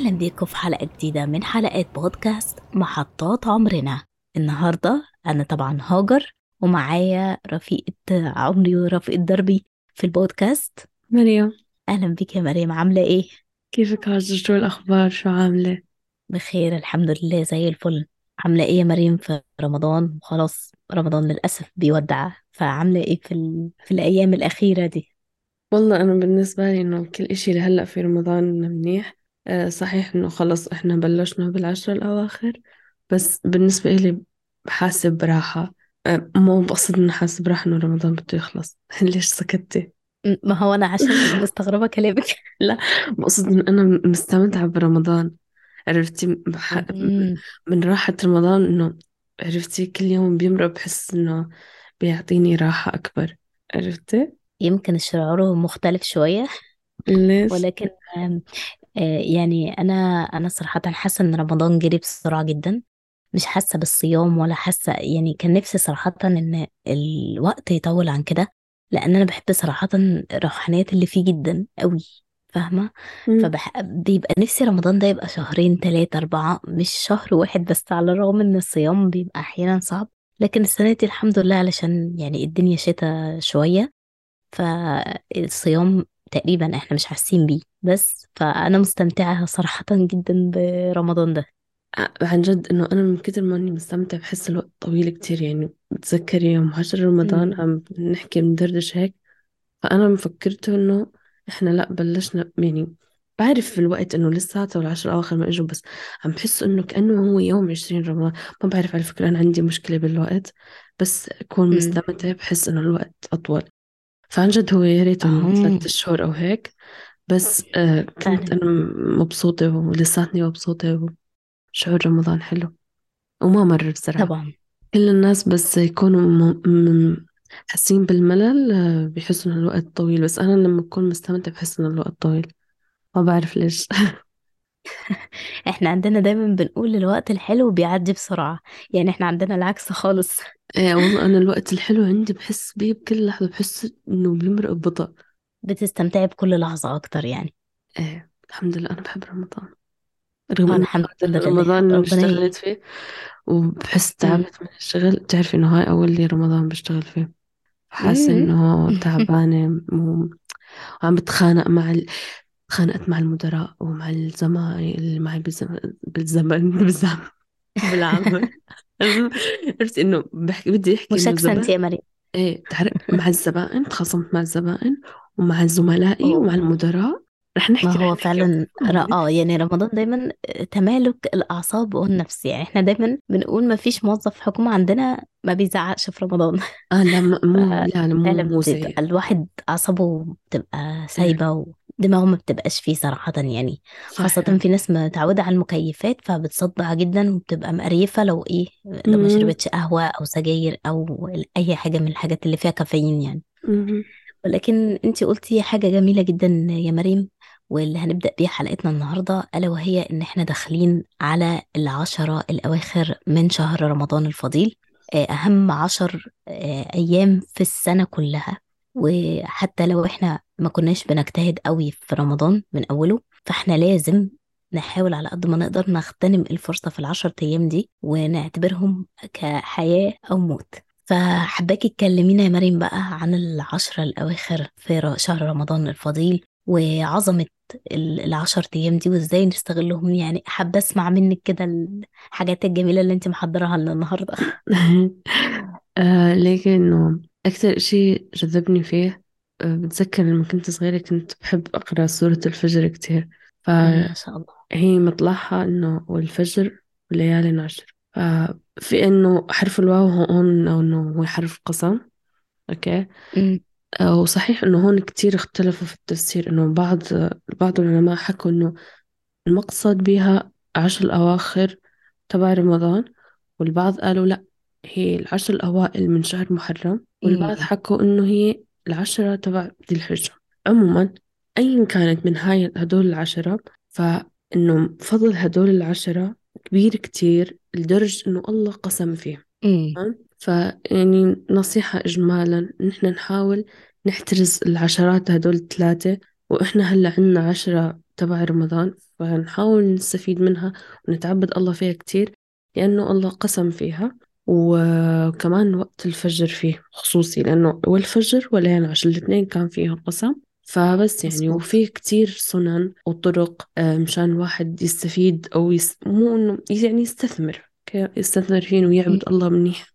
أهلا بيكم في حلقة جديدة من حلقات بودكاست محطات عمرنا. النهاردة أنا طبعا هاجر، ومعايا رفيقة عمري ورفيقة دربي في البودكاست. مريم، أهلا بيك يا مريم، عاملة إيه؟ كيفك هاجر؟ شو الأخبار؟ شو عاملة؟ بخير الحمد لله زي الفل. عاملة إيه يا مريم في رمضان؟ وخلاص رمضان للأسف بيودع، فعاملة إيه في الأيام الأخيرة دي؟ والله أنا بالنسبة لي إنه كل إشي لهلأ في رمضان منيح. صحيح إنه خلص إحنا بلشنا بالعشر الأواخر، بس بالنسبة إلي بحاسة براحة. مو بقصد إنه حاسة براحة إنه رمضان بده يخلص. ليش سكتتي؟ ما هو أنا عشان مستغربة كلامك. لا، بقصد إنه أنا مستمتعة برمضان. عرفتي مم. من راحة رمضان إنه عرفتي كل يوم بيمرق بحس إنه بيعطيني راحة أكبر. عرفتي؟ يمكن الشعور مختلف شوية، ليش؟ ولكن يعني انا صراحه حاسه ان رمضان جري بسرعه جدا. مش حاسه بالصيام ولا حاسه، يعني كان نفسي صراحه ان الوقت يطول عن كده، لان انا بحب صراحه الروحانيات اللي فيه جدا قوي، فاهمه؟ بيبقى نفسي رمضان ده يبقى شهرين ثلاثة أربعة، مش شهر واحد بس، على الرغم إن الصيام بيبقى أحيانا صعب. لكن السنة دي الحمد لله علشان يعني الدنيا شتاء شوية، فالصيام تقريبا احنا مش حاسين بيه، بس فانا مستمتعة صراحة جدا برمضان ده. عن جد انه انا من كتر ما اني مستمتعة بحس الوقت طويل كتير. يعني بتذكري يوم 10 رمضان امم. عم نحكي بندردش هيك، فانا مفكرته انه احنا لا بلشنا. يعني بعرف في الوقت انه لساته العشر الاواخر ما اجوا، بس عم بحس انه كأنه هو يوم 20 رمضان. ما بعرف، على فكرة انا عندي مشكلة بالوقت، بس اكون امم. مستمتعة بحس انه الوقت اطول. فعن جد هو يا ريت انه اهم. 3 اشهر او هيك. بس كنت فعلا. انا مبسوطة ولساتني مبسوطة. وشعور رمضان حلو وما مر بسرعة. طبعا. كل الناس بس يكونوا حاسين بالملل، بيحسوا إن الوقت طويل، بس أنا لما أكون مستمتع بحس إن الوقت طويل. ما بعرف ليش. احنا عندنا دايما بنقول الوقت الحلو بيعدي بسرعة، يعني احنا عندنا العكس خالص. إيه والله، أنا الوقت الحلو عندي بحس بيه بكل لحظة، بحس إنه بيمرق ببطء. بتستمتعي بكل لحظة اكتر يعني. إيه الحمد لله، أنا بحب رمضان رغم اه إنه الحمد هذا لله رمضان اللي ربنا اشتغلت فيه، وبحس امم. تعبت من الشغل. تعرفي إنه هاي أول لي رمضان بشتغل فيه، حاسة امم. إنه تعبانة وعم بتخانق تخانقت مع المدراء ومع الزمايل اللي معي بالعمل. عرفت انه بدي احكي انه مشاكسة انت زبائن. يا مريم. ايه مع الزبائن، تخاصمت مع الزبائن ومع زملائي ومع أوه. المدراء. ما رح هو نحكي فعلا يعني رمضان دايما تمالك الأعصاب والنفس، يعني احنا دايما بنقول ما فيش موظف حكومة عندنا ما بيزعقش في رمضان. اه لا، مو لا لا، مو ففعلا مو بتبقى زي. الواحد أعصابه بتبقى ايه سايبة ودماغه ما بتبقاش فيه صراحة يعني. خاصة صح. في ناس متعودة على المكيفات فبتصدع جدا وبتبقى مقريفة لو ايه، لو ما مم. شربتش قهوة أو سجاير أو أي حاجة من الحاجات اللي فيها كافيين يعني. مم. ولكن انتي قلتي حاجة جميلة جدا يا مريم، واللي هنبدأ بيها حلقتنا النهاردة ألا وهي إن احنا داخلين على العشرة الأواخر من شهر رمضان الفضيل. أهم 10 أيام في السنة كلها. وحتى لو احنا ما كناش بنجتهد قوي في رمضان من أوله، فاحنا لازم نحاول على قد ما نقدر نغتنم الفرصة في ال10 أيام دي ونعتبرهم كحياة أو موت. فحباكي تكلمينا يا مريم بقى عن ال10 الأواخر في شهر رمضان الفضيل، وعظمة ال10 أيام دي وإزاي نستغلهم. يعني حابة أسمع منك كده الحاجات الجميلة اللي انت محضرها لنا النهاردة. لكنه أكثر شيء جذبني فيه، بتذكر لما كنت صغيرة كنت بحب أقرأ سورة الفجر كتير. ما شاء الله. هي مطلعها إنه والفجر وليال عشر. في إنه حرف الواو هون إنه هو حرف قسم. أوكي. امم. وصحيح إنه هون كتير اختلفوا في التفسير. إنه بعض العلماء حكوا إنه المقصد بها 10 الأواخر تبع رمضان، والبعض قالوا لا، هي ال10 الأوائل من شهر محرم، والبعض امم. حكوا إنه هي ال10 تبع ذي الحجة. عموما أيا كانت من هدول ال10، فإنه فضل هدول ال10 كبير كتير لدرجة إنه الله قسم فيه. امم. تمام؟ فيعني نصيحة إجمالا نحن نحاول نحترز العشرات هدول الثلاثة، وإحنا هلا عنا 10 تبع رمضان. فنحاول نستفيد منها ونتعبد الله فيها كتير، لأنه الله قسم فيها. وكمان وقت الفجر فيه خصوصي، لأنه والفجر والليل عشر الاثنين كان فيهم قسم. فبس يعني، مظبوط. وفي كتير سنن وطرق مشان الواحد يستفيد أو مو إنه يعني يستثمر، يستثمر فيه ويعبد مم. الله منيح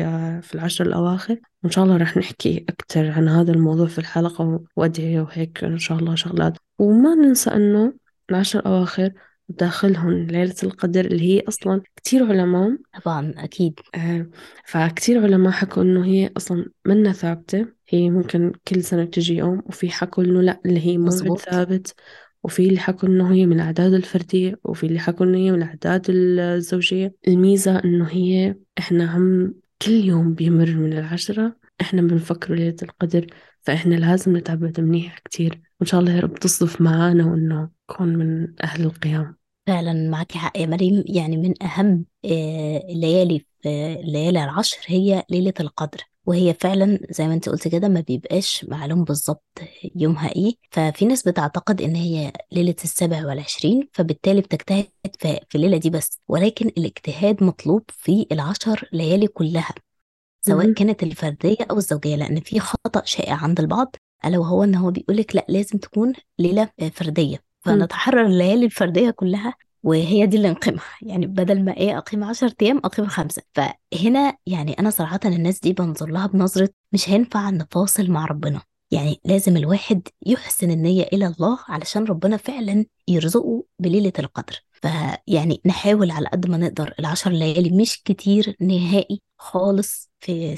في العشر الأواخر. وإن شاء الله رح نحكي أكتر عن هذا الموضوع في الحلقة، وأدعية وهيك إن شاء الله شغلات. وما ننسى إنه العشر الأواخر داخلهم ليلة القدر، اللي هي أصلا كتير علماء طبعا أكيد. آه، فكتير علماء حكوا إنه هي أصلا منا ثابتة، هي ممكن كل سنة تجي يوم، وفي حكوا إنه لا، اللي هي موعد مظبوط. ثابت. وفي اللي حكوا إنه هي من الأعداد الفردية، وفي اللي حكوا إنه هي من الأعداد الزوجية. الميزة إنه هي إحنا كل يوم بيمر من العشرة إحنا بنفكر ليلة القدر، فإحنا لازم نتعبد منيح كتير. وإن شاء الله يا رب تصدف معانا وإنه نكون من أهل القيام. فعلا معاكي حق يا مريم، يعني من أهم الليالي في الليالي العشر هي ليلة القدر. وهي فعلا زي ما انت قلت كده ما بيبقاش معلوم بالظبط يومها ايه. ففي ناس بتعتقد ان هي ليلة ال27، فبالتالي بتجتهد في الليلة دي بس، ولكن الاجتهاد مطلوب في العشر ليالي كلها، سواء مهم. كانت الفردية أو الزوجية. لأن في خطأ شائع عند البعض، ألا وهو إن هو بيقولك لا لازم تكون ليلة فردية، مم. فنتحرر الليالي الفردية كلها وهي دي اللي نقيمها. يعني بدل ما إيه أقيم 10 أيام أقيم 5. فهنا يعني أنا صراحة الناس دي بنظر لها بنظرة مش هينفع نفاصل مع ربنا. يعني لازم الواحد يحسن النية إلى الله علشان ربنا فعلا يرزقه بليلة القدر. فيعني نحاول على قد ما نقدر. ال10 ليالي مش كتير نهائي خالص في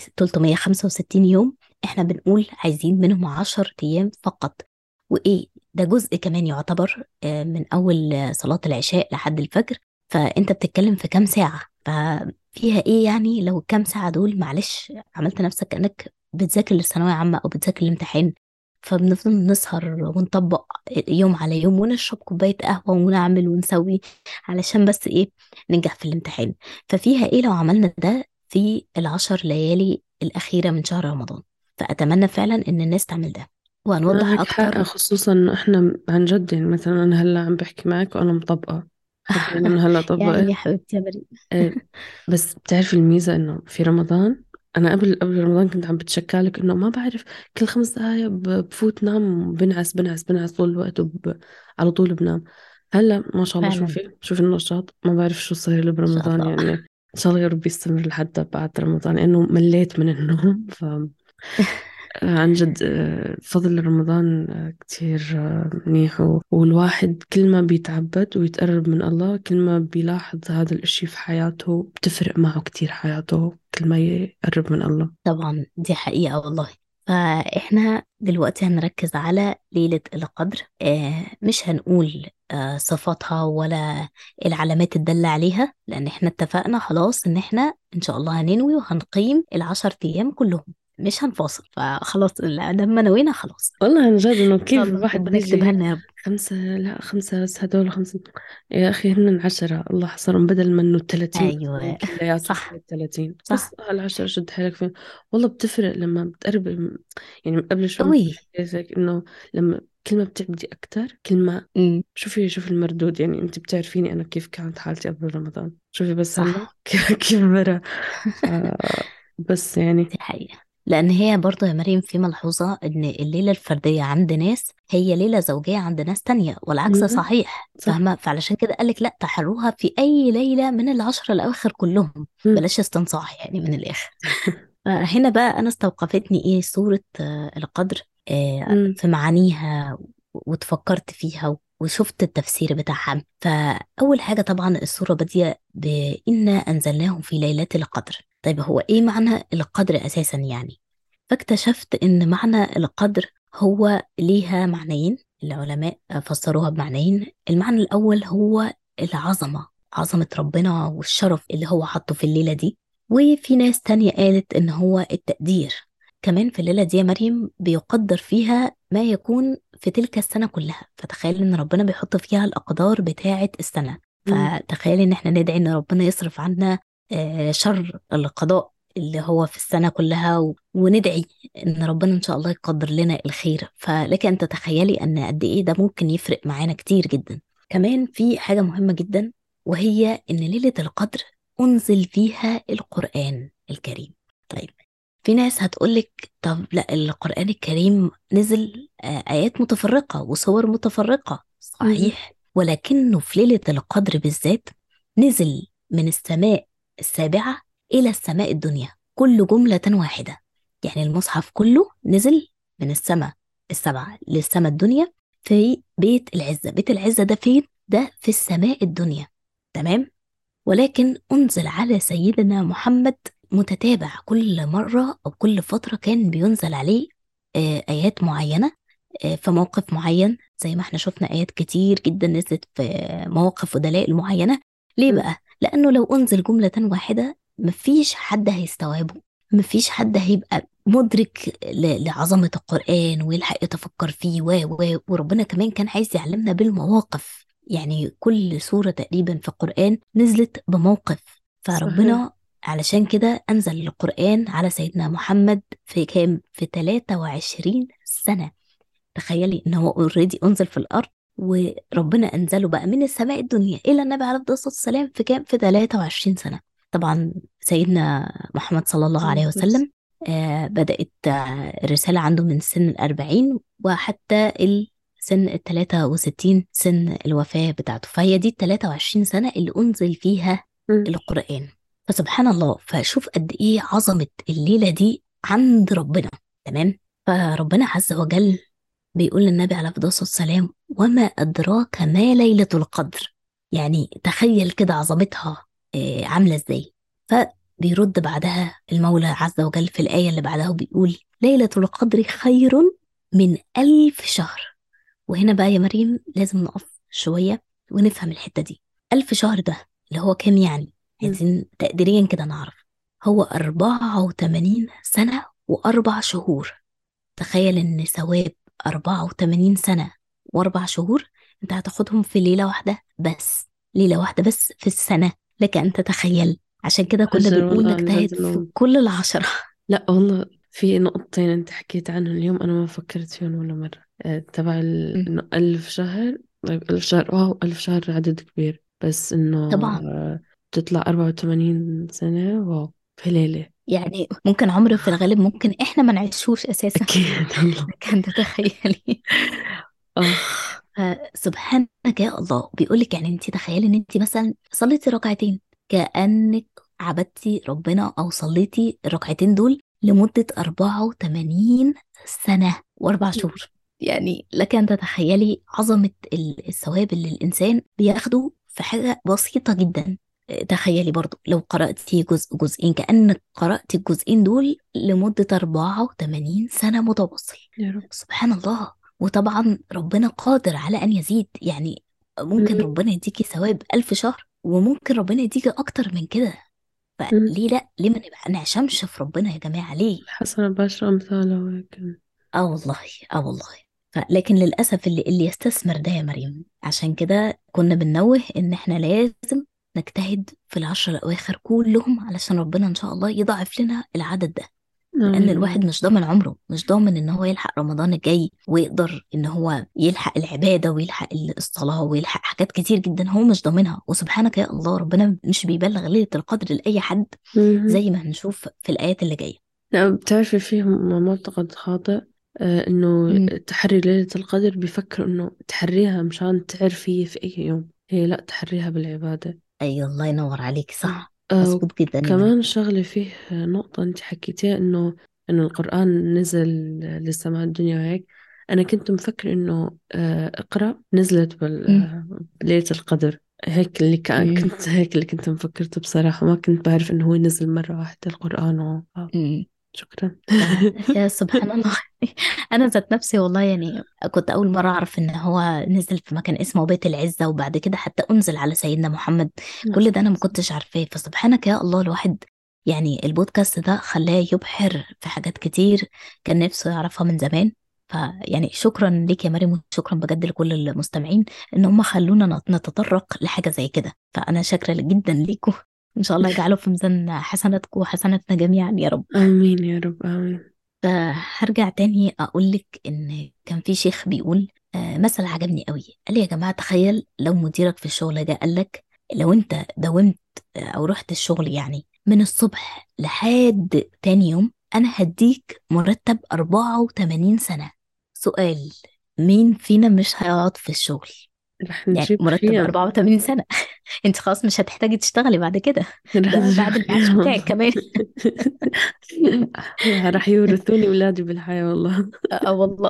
365 يوم. احنا بنقول عايزين منهم 10 أيام فقط. وإيه ده جزء كمان يعتبر من أول صلاة العشاء لحد الفجر. فأنت بتتكلم في كام ساعة؟ ففيها إيه يعني لو الكام ساعة دول معلش عملت نفسك كأنك بتذاكر للثانوية عامة أو بتذاكر الامتحان. فبنفضل نسهر ونطبق يوم على يوم ونشرب كوباية قهوة ونعمل ونسوي علشان بس إيه ننجح في الامتحان. ففيها إيه لو عملنا ده في ال10 ليالي الأخيرة من شهر رمضان؟ فأتمنى فعلا إن الناس تعمل ده وهنوضح معك حق، أكتر. خصوصا إنه إحنا عن جد يعني، مثلا أنا هلا عم بحكي معك وأنا مطبقة، حرفيا أنا هلا يا عيني يا طبقت. حبيبتي يا مريم. إيه، بس بتعرفي الميزة إنه في رمضان، أنا قبل رمضان كنت عم بتشكالك إنه ما بعرف، كل 5 دقايق بفوت نام، بنعس طول الوقت على طول بنام. هلا ما شاء الله، فعلا. شوفي النشاط، ما بعرف شو صاير لي إن شاء برمضان الله. يعني. إن شاء الله يا رب يستمر لحتى بعد رمضان، لأنه مليت من النوم. عن جد فضل رمضان كتير منيح. والواحد كل ما بيتعبد ويتقرب من الله، كل ما بيلاحظ هذا الاشي في حياته، بتفرق معه كتير حياته كل ما يقرب من الله. طبعا دي حقيقة والله. فإحنا دلوقتي هنركز على ليلة القدر. مش هنقول صفاتها ولا العلامات الدالة عليها، لأن إحنا اتفقنا خلاص إن إحنا إن شاء الله هننوي وهنقيم ال10 أيام كلهم، مش هنفاصل. فخلاص لما نوينا خلاص. والله عن جد انه إن شاء كيف الله الواحد ربنا بيجي يكتبها هيك، لنا يا رب. خمسة لا خمسة بس هدول خمسة، يا أخي هن 10 الله حصرهم، بدل ما إنه 30 مثلا أيوه. كلياته في صح. 30، بس صح. هال10 شد حيلك فين. والله بتفرق لما بتقرب، يعني قبل شوي قوي. حكيت لك إنه لما كل ما بتعبدي أكتر، كل ما امم. شوفي المردود. يعني أنت بتعرفيني أنا كيف كانت حالتي قبل رمضان، شوفي بس هلا صح. كيف برا. بس يعني. دي حقيقة. لأن هي برضه يا مريم في ملحوظة إن الليلة الفردية عند ناس هي ليلة زوجية عند ناس تانية، والعكس مم. صحيح. صح. فاهمة؟ فعلشان كده قالك لا تحروها في أي ليلة من ال10 الأواخر كلهم. مم. بلاش استنصاح يعني من الآخر. هنا بقى أنا استوقفتني إيه سورة القدر مم. في معانيها، وتفكرت فيها وشفت التفسير بتاعها. فأول حاجة طبعا السورة بادية بإنا أنزلناه في ليلة القدر. طيب هو إيه معنى القدر أساسا يعني؟ فاكتشفت إن معنى القدر هو ليها معنيين. العلماء فسروها بمعنيين. المعنى الأول هو العظمة، عظمة ربنا والشرف اللي هو حطه في الليلة دي. وفي ناس تانية قالت إن هو التقدير. كمان في الليلة دي يا مريم بيقدر فيها ما يكون في تلك السنة كلها. فتخيل إن ربنا بيحط فيها الأقدار بتاعة السنة. مم. فتخيل إن احنا ندعي إن ربنا يصرف عنا شر القضاء اللي هو في السنة كلها، وندعي إن ربنا إن شاء الله يقدر لنا الخير. فلك أن تتخيلي أن قد إيه ده ممكن يفرق معانا كتير جدا. كمان في حاجة مهمة جدا، وهي إن ليلة القدر أنزل فيها القرآن الكريم. طيب، في ناس هتقولك طب لا، القرآن الكريم نزل آيات متفرقة وصور متفرقة، مهم. صحيح، ولكنه في ليلة القدر بالذات نزل من السماء السابعة إلى السماء الدنيا كل جملة واحدة. يعني المصحف كله نزل من السماء السبعة للسماء الدنيا في بيت العزة. بيت العزة ده فين؟ ده في السماء الدنيا، تمام. ولكن أنزل على سيدنا محمد متتابع، كل مرة أو كل فترة كان بينزل عليه آيات معينة في موقف معين، زي ما احنا شفنا آيات كتير جدا نزلت في مواقف ودلائل معينة. ليه مم. بقى؟ لأنه لو أنزل جملة واحدة مفيش حد هيستوعبه، مفيش حد هيبقى مدرك لعظمة القرآن ويلحق يتفكر فيه وربنا كمان كان عايز يعلمنا بالمواقف. يعني كل سورة تقريبا في القرآن نزلت بموقف، صحيح. فربنا علشان كده أنزل القرآن على سيدنا محمد في كام؟ في 23 سنة. تخيلي ان هو اوريدي انزل في الارض، وربنا انزله بقى من السماء الدنيا الى النبي عليه الصلاه والسلام في كام؟ في 23 سنه. طبعا سيدنا محمد صلى الله عليه وسلم بدأت الرسالة عنده من سن 40 وحتى سن 63 سن الوفاة بتاعته، فهي دي 23 سنة اللي أنزل فيها مم. القرآن. فسبحان الله، فشوف قد إيه عظمة الليلة دي عند ربنا، تمام. فربنا عز وجل بيقول للنبي عليه الصلاة والسلام: وما أدراك ما ليلة القدر. يعني تخيل كده عظمتها عاملة ازاي. فبيرد بعدها المولى عز وجل في الآية اللي بعدها وبيقول: ليلة القدر خير من 1000 شهر. وهنا بقى يا مريم لازم نقف شوية ونفهم الحتة دي. 1000 شهر ده اللي هو كام يعني؟ مم. عايزين تقديريا كده نعرف. هو 84 سنة و4 شهور. تخيل إن ثواب 84 سنة و4 شهور أنت هتاخدهم في ليلة واحدة بس، ليلة واحدة بس في السنة، لك أن تتخيل. عشان كده كنا أجل بنقول والله عن نجتهد جد في إنه، كل العشرة. لا والله في نقطتين أنت حكيت عنهم اليوم أنا ما فكرت فيهم ولا مرة. تبع مم. إنه 1000 شهر. طيب 1000 شهر، واو 1000 شهر عدد كبير، بس إنه طبعا. تطلع 84 سنة، واو، في ليلة. يعني ممكن عمر في الغالب ممكن إحنا ما نعيشوش أساسا. أكيد والله. لكن تتخيلي. آه. سبحانك يا الله. بيقولك يعني انت تخيلي ان انت مثلا صليتي ركعتين، كأنك عبدتي ربنا او صليتي الركعتين دول لمدة 84 سنة و4 شهور. يعني لك ان تتخيلي عظمة الثواب اللي الانسان بياخده في حاجة بسيطة جدا. تخيلي برضو لو قرأتي جزء جزئين كأنك قرأتي الجزئين دول لمدة 84 سنة متواصل. يا رب. سبحان الله. وطبعا ربنا قادر على أن يزيد. يعني ممكن مم. ربنا يديكي ثواب 1000 شهر وممكن ربنا يديكي أكتر من كده. مم. فليه لأ؟ ليه ما نبقى نعشمش في ربنا يا جماعة؟ ليه؟ الحسنة بعشر أمثالها وهيك. اه والله، اه والله. لكن للأسف اللي يستثمر ده يا مريم، عشان كده كنا بننوه إن احنا لازم نجتهد في العشر الأواخر كلهم علشان ربنا إن شاء الله يضاعف لنا العدد ده. لان آمين يا رب. الواحد مش ضامن عمره، مش ضامن ان هو يلحق رمضان الجاي ويقدر ان هو يلحق العبادة ويلحق الصلاة ويلحق حاجات كتير جدا هو مش ضامنها. وسبحانك يا الله، ربنا مش بيبلغ ليلة القدر لأي حد، مم. زي ما هنشوف في الآيات اللي جاية. لا، بتعرفي فيهم معتقد خاطئ، إنه امم. تحري ليلة القدر، بيفكروا إنه تحريها مشان تعرفي في أي يوم. هي لا، تحريها بالعبادة. اي الله ينور عليك، مم. صح. مظبوط جدا يا مريم. وكمان شغلة فيه نقطة أنت حكيتيها، إنه القرآن نزل للسماء الدنيا وهيك. أنا كنت مفكر إنه اقرأ نزلت امم. بليلة القدر. هيك اللي كان امم. كنت هيك اللي كنت مفكرته بصراحة، ما كنت بعرف إنه هو نزل مرة واحدة القرآن امم. شكرا. يا سبحان الله. انا ذات نفسي والله يعني كنت اول مره اعرف ان هو نزل في مكان اسمه بيت العزه، وبعد كده حتى انزل على سيدنا محمد. كل ده انا ما كنتش عارفاه. فسبحانك يا الله، الواحد يعني البودكاست ده خلاه يبحر في حاجات كتير كان نفسه يعرفها من زمان. فيعني شكرا ليك يا مريم، وشكرا بجد لكل المستمعين ان هم خلونا نتطرق لحاجه زي كده. فانا شاكره جدا ليكم. ان شاء الله يجعله في ميزان حسناتكم وحسناتنا جميعا يا رب. آمين يا رب، آمين. فهرجع تاني أقولك إن كان في شيخ بيقول مثل عجبني قوي، قال لي يا جماعة تخيل لو مديرك في الشغل جه قال لك لو انت داومت او رحت الشغل يعني من الصبح لحد تاني يوم انا هديك مرتب 84 سنة. سؤال، مين فينا مش هيقعد في الشغل؟ رح يعني نجيب مرتب فيها. 84 سنة. انت خلاص مش هتحتاجي تشتغلي بعد كده، رح ده نجيب بعد المعاش فيها بتاعك والله. كمان. رح يورثوني ولادي بالحياة والله. اه والله.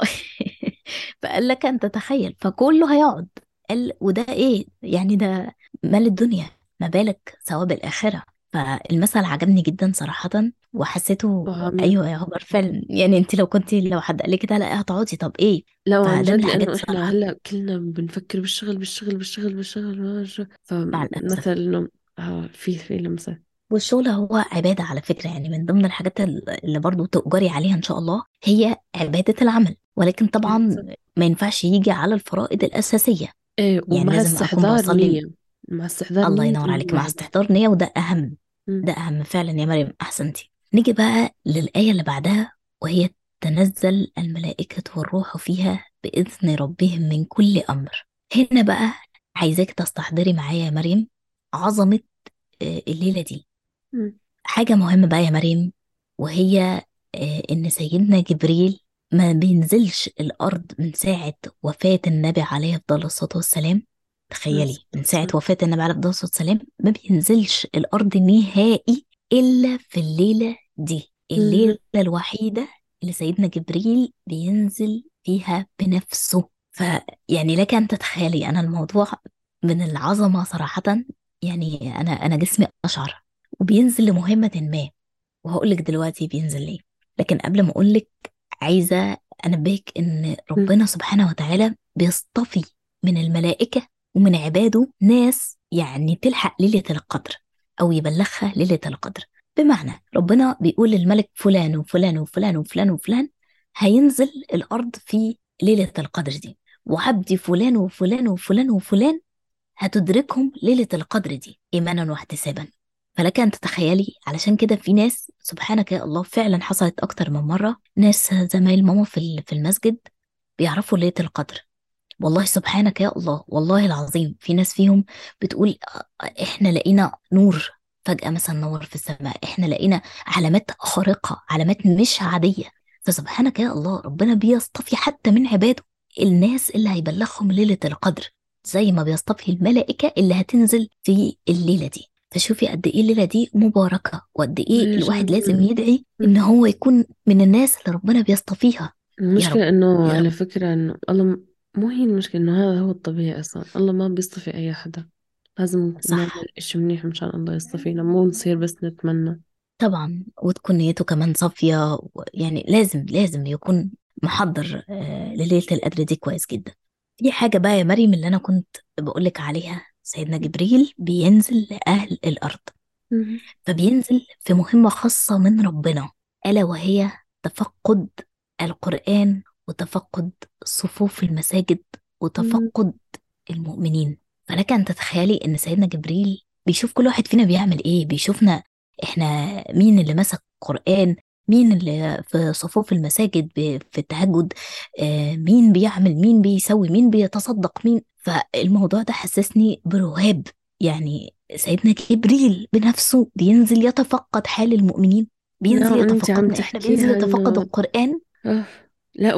فقال لك انت تخيل فكله هيقعد. قال وده ايه يعني؟ ده مال الدنيا، ما بالك ثواب الآخرة. فالمثل عجبني جدا صراحة، وحسيته وعم ايوه يا عمر فعلا. يعني انت لو حد قال لك كده لا هتقعدي، طب ايه؟ لا، وعن فده من جد لأنه الحاجات إحنا صراحة. هلأ كلنا بنفكر بالشغل بالشغل بالشغل بالشغل. مع فمثلا الأسف. إنه في لمسة. والشغل هو عبادة على فكرة، يعني من ضمن الحاجات اللي برضو تؤجري عليها إن شاء الله هي عبادة العمل، ولكن طبعا بالضبط. ما ينفعش يجي على الفرائض الأساسية. إيه، يعني ومع لازم أكون استحضار بصلي. نية. مع استحضار الله نية ينور إنه عليك، مع الواحد. استحضار نية، وده أهم. مم. ده أهم فعلا يا مريم، أحسنتي. نيجي بقى للآية اللي بعدها، وهي تنزل الملائكة والروح فيها بإذن ربهم من كل أمر. هنا بقى عايزاك تستحضري معايا يا مريم عظمة الليلة دي. مم. حاجة مهمة بقى يا مريم، وهي إن سيدنا جبريل ما بينزلش الأرض من ساعة وفاة النبي عليه أفضل الصلاة والسلام. بس تخيلي من ساعة وفاة النبي عليه أفضل الصلاة والسلام ما بينزلش الأرض نهائي إلا في الليلة دي، مم. الليلة الوحيدة اللي سيدنا جبريل بينزل فيها بنفسه. فيعني لك أن تتخيلي أنا الموضوع من العظمة صراحة. يعني أنا جسمي أشعر، وبينزل لمهمة ما، وهقولك دلوقتي بينزل ليه. لكن قبل ما أقولك، عايزة أنبهك إن مم. ربنا سبحانه وتعالى بيصطفي من الملائكة ومن عباده ناس يعني تلحق ليلة القدر أو يبلغها ليلة القدر. بمعنى ربنا بيقول للملك فلان وفلان وفلان وفلان وفلان هينزل الأرض في ليلة القدر دي، وعبدي فلان وفلان وفلان وفلان هتدركهم ليلة القدر دي إيمانا واحتسابا. فلك أن تتخيلي، علشان كده في ناس سبحانك يا الله فعلا حصلت أكتر من مرة، ناس زمايل ماما في المسجد بيعرفوا ليلة القدر. والله سبحانك يا الله، والله العظيم في ناس فيهم بتقول إحنا لقينا نور فجأة مثلا نور في السماء، إحنا لقينا علامات خارقة، علامات مش عادية. فسبحانك يا الله ربنا بيصطفي حتى من عباده الناس اللي هيبلغهم ليلة القدر، زي ما بيصطفي الملائكة اللي هتنزل في الليلة دي. فشوفي قد ايه الليلة دي مباركة، وقد ايه يا الواحد لازم جميل. يدعي مم. ان هو يكون من الناس اللي ربنا بيصطفيها. يا رب، المشكلة إنه يا رب. على فكرة إنه الله مو هي المشكلة، إنه هذا هو الطبيعي أصلا. الله ما بيصطفي أي حدا. لازم نعمل صح. إشي منيح مشان الله يصطفينا، مو نصير بس نتمنى. طبعا، وتكون نيته كمان صافية يعني لازم يكون محضر لليلة القدر دي كويس جدا. في حاجة بقى يا مريم اللي أنا كنت بقولك عليها، سيدنا جبريل بينزل لأهل الأرض، مم. فبينزل في مهمة خاصة من ربنا، ألا وهي تفقد القرآن، وتفقد صفوف المساجد، مم. وتفقد المؤمنين. فلك أن تتخيلي إن سيدنا جبريل بيشوف كل واحد فينا بيعمل إيه، بيشوفنا إحنا مين اللي مسك قرآن، مين اللي في صفوف المساجد في التهجد، مين بيعمل، مين بيسوي، مين بيتصدق، مين. فالموضوع ده حسسني برهاب. يعني سيدنا جبريل بنفسه بينزل يتفقد حال المؤمنين، لا، بينزل وأنت عم يتفقدنا احنا، بينزل تحكيها يتفقد إنه القرآن. لا،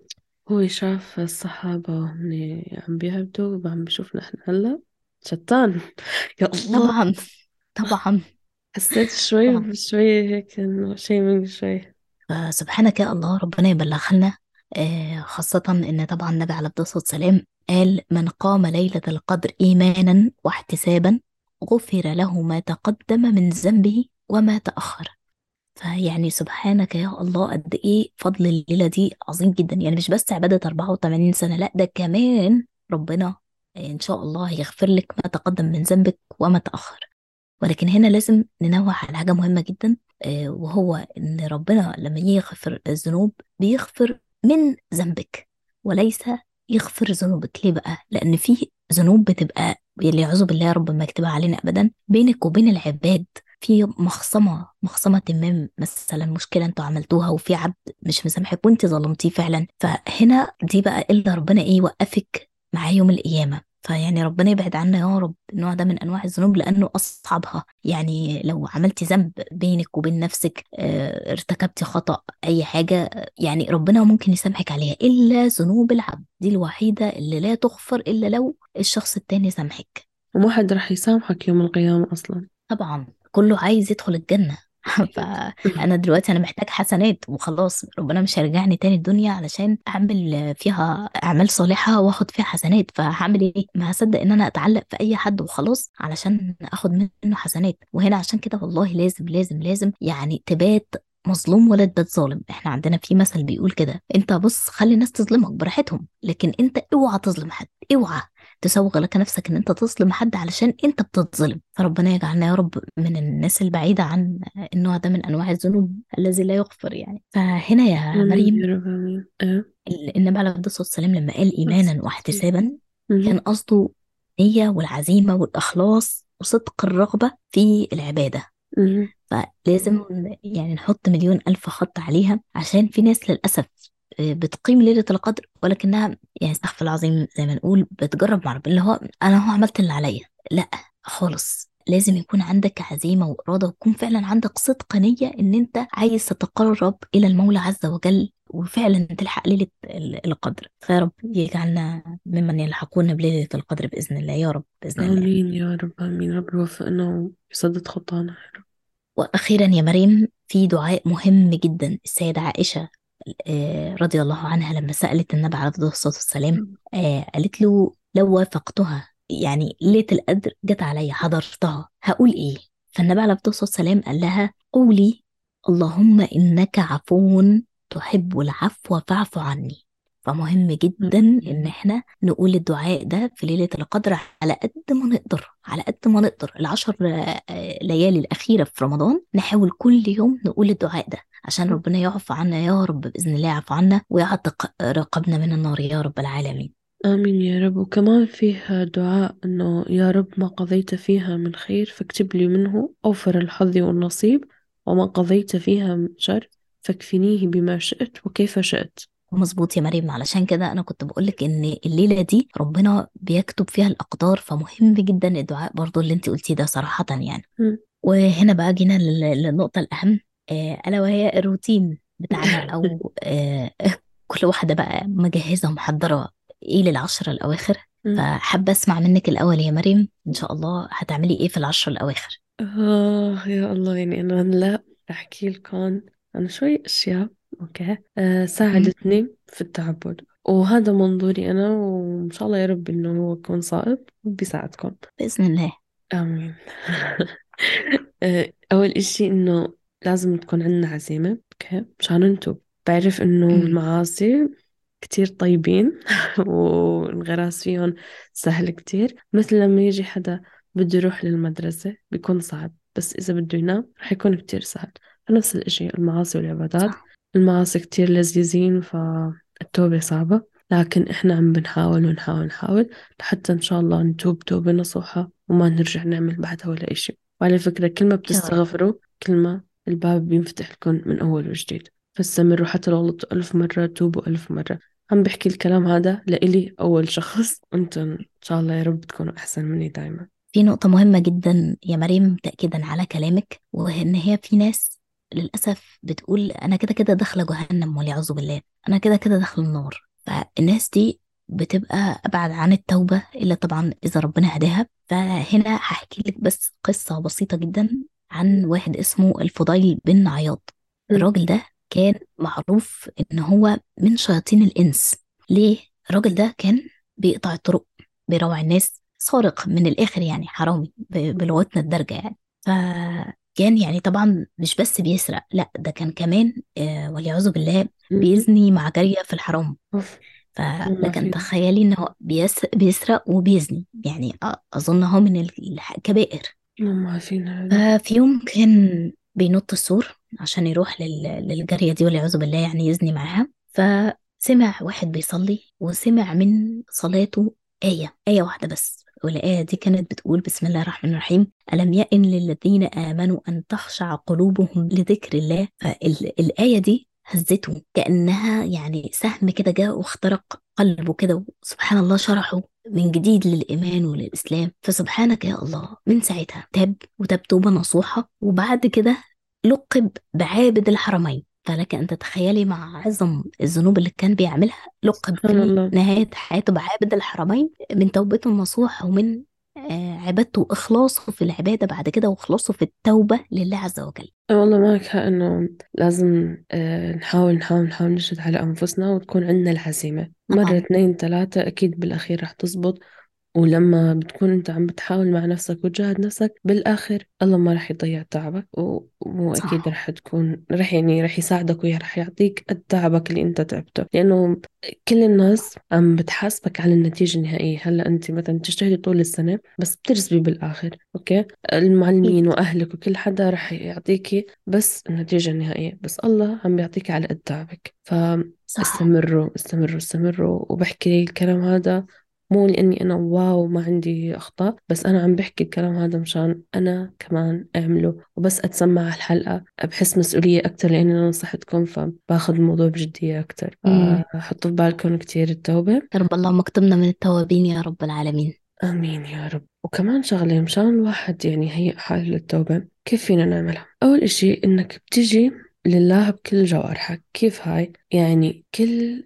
هو شاف الصحابة وهن عم بيعبدوا وعم بيشوفنا إحنا هلا شتان. يا الله. طبعا. طبعا. حسيت شوي طبعا. بشوي هيك إنه شيء من شوي. فسبحانك يا الله ربنا يبلغ لنا. خاصة إن طبعا النبي عليه الصلاة والسلام قال من قام ليلة القدر إيمانا واحتسابا غفر له ما تقدم من ذنبه وما تأخر. فيعني سبحانك يا الله قد ايه فضل الليلة دي عظيم جدا، يعني مش بس عبادة 84 سنة، لا ده كمان ربنا ان شاء الله هيغفر لك ما تقدم من ذنبك وما تأخر. ولكن هنا لازم ننوه على حاجة مهمة جدا، وهو ان ربنا لما يغفر الذنوب بيغفر من ذنبك، وليس يغفر ذنوبك. ليه بقى؟ لان في ذنوب بتبقى اللي يعوذ بالله يا رب ما يكتبها علينا ابدا بينك وبين العباد، في مخصمة تمام، مثلا مشكلة انتوا عملتوها وفي عبد مش مسامحك وانت ظلمتيه فعلا، فهنا دي بقى الا ربنا ايه يوقفك معاه يوم القيامة. فيعني ربنا يبعد عنا يا رب النوع ده من انواع الذنوب، لانه اصعبها. يعني لو عملتي ذنب بينك وبين نفسك، ارتكبتي خطأ اي حاجة، يعني ربنا ممكن يسامحك عليها، الا ذنوب العبد دي الوحيدة اللي لا تغفر الا لو الشخص التاني سامحك. وما حد رح يسامحك يوم القيامة أصلا. طبعا كله عايز يدخل الجنة. أكيد. فأنا دلوقتي أنا محتاج حسنات وخلاص، ربنا مش هيرجعني تاني الدنيا علشان أعمل فيها أعمال صالحة وآخد فيها حسنات. فهعمل إيه؟ ما هصدق إن أنا أتعلق في أي حد وخلاص علشان آخد منه حسنات. وهنا عشان كده والله لازم لازم لازم يعني تبات مظلوم ولا تبات ظالم. احنا عندنا في مثل بيقول كده: انت بص خلي الناس تظلمك براحتهم، لكن انت اوعى تظلم حد، اوعى تسوغ لك نفسك ان انت تظلم حد علشان انت بتتظلم. فربنا يجعلنا يا رب من الناس البعيدة عن النوع ده من انواع الذنوب الذي لا يغفر يعني. فهنا يا آمين مريم، يا رب آمين. إيه. النبي عليه الصلاة والسلام لما قال بس. ايمانا واحتسابا، كان مهم. قصده النية والعزيمة والإخلاص وصدق الرغبة في العبادة. مهم. فلازم يعني نحط مليون ألف خط عليها، عشان في ناس للأسف بتقيم ليلة القدر ولكنها يعني استغفر الله العظيم زي ما نقول بتجرب مع ربنا، اللي هو أنا هو عملت اللي عليا. لا خالص، لازم يكون عندك عزيمة وإرادة، ويكون فعلا عندك صدق نية إن أنت عايز تتقرب إلى المولى عز وجل وفعلا تلحق ليلة القدر. فيا رب يجعلنا ممن يلحقون بليلة القدر بإذن الله، يا رب بإذن الله. آمين يا رب آمين. رب يوفقنا ويسدد خطانا. وأخيرا يا مريم، في دعاء مهم جدا السيدة عائشة رضي الله عنها لما سألت النبي عليه الصلاة والسلام، مم. قالت له لو وافقتها يعني ليلة القدر جت عليا حضرتها هقول إيه؟ فالنبي عليه الصلاة والسلام قال لها قولي: اللهم إنك عفو تحب العفو فاعف عني. فمهم جدا إن احنا نقول الدعاء ده في ليلة القدر على قد ما نقدر، على قد ما نقدر. العشر ليالي الأخيرة في رمضان نحاول كل يوم نقول الدعاء ده عشان ربنا يعفو عنا يا رب بإذن الله، يعفو عنا ويعتق رقبنا من النار يا رب العالمين. آمين يا رب. وكمان فيه دعاء إنه يا رب ما قضيت فيها من خير فاكتب لي منه أوفر الحظ والنصيب، وما قضيت فيها من شر فاكفنيه بما شئت وكيف شئت. مظبوط يا مريم، علشان كده أنا كنت بقولك إن الليلة دي ربنا بيكتب فيها الأقدار، فمهم جدا الدعاء برضو اللي انت قلتيه ده صراحة يعني. مم. وهنا بقى جينا للنقطة الأهم، ألا وهي الروتين بتاعنا، أو كل واحدة بقى مجهزة ومحضرة إيه للعشرة الأواخر. مم. فحابة أسمع منك الأول يا مريم، إن شاء الله هتعملي إيه في العشرة الأواخر؟ يا الله، يعني أنا هلا أحكي لكم عن شوي أشياء أوكي مم. ساعدتني في التعبد، وهذا منظوري أنا، وإن شاء الله يا رب إنه هو يكون صائب وبيساعدكم. بإذن الله. آمين. أول إشي إنه لازم تكون عندنا عزيمة، أوكي، مشان انتو بعرف إنه مم. المعاصي كتير طيبين والغراس فيهم سهل كتير. مثل لما يجي حدا بده يروح للمدرسة بيكون صعب، بس إذا بده ينام رح يكون كتير سهل. فنفس الإشي المعاصي والعبادات، صح. المعاصي كتير لذيذين فالتوبة صعبة، لكن إحنا عم بنحاول ونحاول نحاول لحتى إن شاء الله نتوب توبة نصوحة وما نرجع نعمل بعدها ولا إشي. وعلى فكرة كل ما يا رب. بتستغفروا كل ما الباب بينفتح لكم من أول وجديد. فاستمروا حتى لو غلطتوا 1000 مرة، توبوا 1000 مرة. عم بحكي الكلام هذا لإلي أول شخص، وأنتم إن شاء الله يا رب تكونوا أحسن مني دايما. في نقطة مهمة جدا يا مريم تأكيدا على كلامك، وهي إن هي في ناس للأسف بتقول أنا كده كده داخلة جهنم والعياذ بالله، أنا كده كده داخلة النار. فالناس دي بتبقى أبعد عن التوبة إلا طبعا إذا ربنا هداها. فهنا هحكي لك بس قصة بسيطة جدا عن واحد اسمه الفضيل بن عياض. مم. الراجل ده كان معروف إن هو من شياطين الإنس. ليه؟ الراجل ده كان بيقطع الطرق، بيروع الناس، سارق من الآخر يعني، حرامي بلغتنا الدارجة يعني. فكان يعني طبعا مش بس بيسرق، لا ده كان كمان والعياذ بالله مم. بيزني مع جارية في الحرام. أوف. ما فلكن فينا. تخيلي ان هو بيسرق وبيزني، يعني اظن هو من الكبائر. ما فينا هذا. ففي يوم كان بينط السور عشان يروح للجارية دي والعياذ بالله يعني يزني معاها. فسمع واحد بيصلي وسمع من صلاته آية واحدة بس، والآية دي كانت بتقول بسم الله الرحمن الرحيم: ألم يئن للذين آمنوا أن تخشع قلوبهم لذكر الله. فالآية دي هزته كأنها يعني سهم كده جاء واخترق قلبه كده، سبحان الله شرحه من جديد للإيمان وللإسلام. فسبحانك يا الله، من ساعتها تاب وتاب توبة نصوحة، وبعد كده لقب بعابد الحرمين. فلك أن تتخيلي مع عظم الذنوب اللي كان بيعملها، لقب سبحان في الله. نهاية حياته بعابد الحرمين من توبته النصوح، ومن عبادته وإخلاصه في العبادة بعد كده، وإخلاصه في التوبة لله عز وجل. والله معك حق إنه لازم نحاول نجد على أنفسنا وتكون عندنا العزيمة، مرة طبعا. اتنين تلاتة أكيد بالأخير رح تزبط. ولما بتكون انت عم بتحاول مع نفسك وتجاهد نفسك بالآخر الله ما رح يضيع تعبك، وأكيد صح. رح تكون رح يساعدك ورح يعطيك قد تعبك اللي انت تعبته، لأنه كل الناس عم بتحاسبك على النتيجة النهائية. هلا انت مثلا تجتهدي طول السنة بس بترسبي بالآخر، اوكي، أكيد. المعلمين وأهلك وكل حدا رح يعطيكي بس النتيجة النهائية، بس الله عم بيعطيك على قد تعبك. صح. فاستمروا استمروا استمروا. وبحكي الكلام هذا مو لأني أنا واو ما عندي أخطاء، بس أنا عم بحكي الكلام هذا مشان أنا كمان أعمله، وبس أتسمع الحلقة بحس مسؤولية أكتر لأني أنا نصحتكم، فباخذ الموضوع بجدية أكتر. مم. فحطوا في بالكم كتير التوبة. يا رب اللهم اكتبنا من التوابين يا رب العالمين. آمين يا رب. وكمان شغلة مشان الواحد يعني يهيئ حاله للتوبة، كيف فينا نعملها؟ أول إشي إنك بتجي لله بكل جوارحك. كيف هاي؟ يعني كل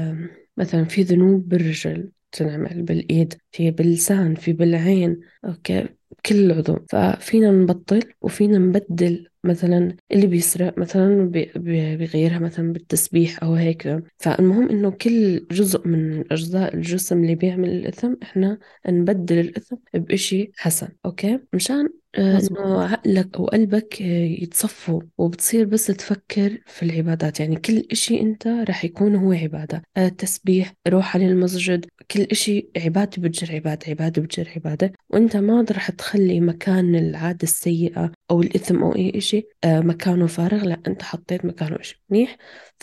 مثلا في ذنوب بالرجل تنعمل بالإيد، في باللسان، في بالعين، أوكي، كل عضو. ففينا نبطل وفينا نبدل، مثلا اللي بيسرق مثلا بيغيرها مثلا بالتسبيح أو هيك. فالمهم إنه كل جزء من أجزاء الجسم اللي بيعمل الإثم إحنا نبدل الإثم بإشي حسن، أوكي، مشان مظبوط. إنه عقلك وقلبك يتصفوا وبتصير بس تفكر في العبادات. يعني كل إشي أنت رح يكون هو عبادة، تسبيح، روح على المسجد، كل إشي عبادة بتجر عبادة، عبادة بتجر عبادة. وأنت ما رح تخلي مكان العادة السيئة أو الإثم أو أي إشي مكانه فارغ، لا أنت حطيت مكانه إشي منيح،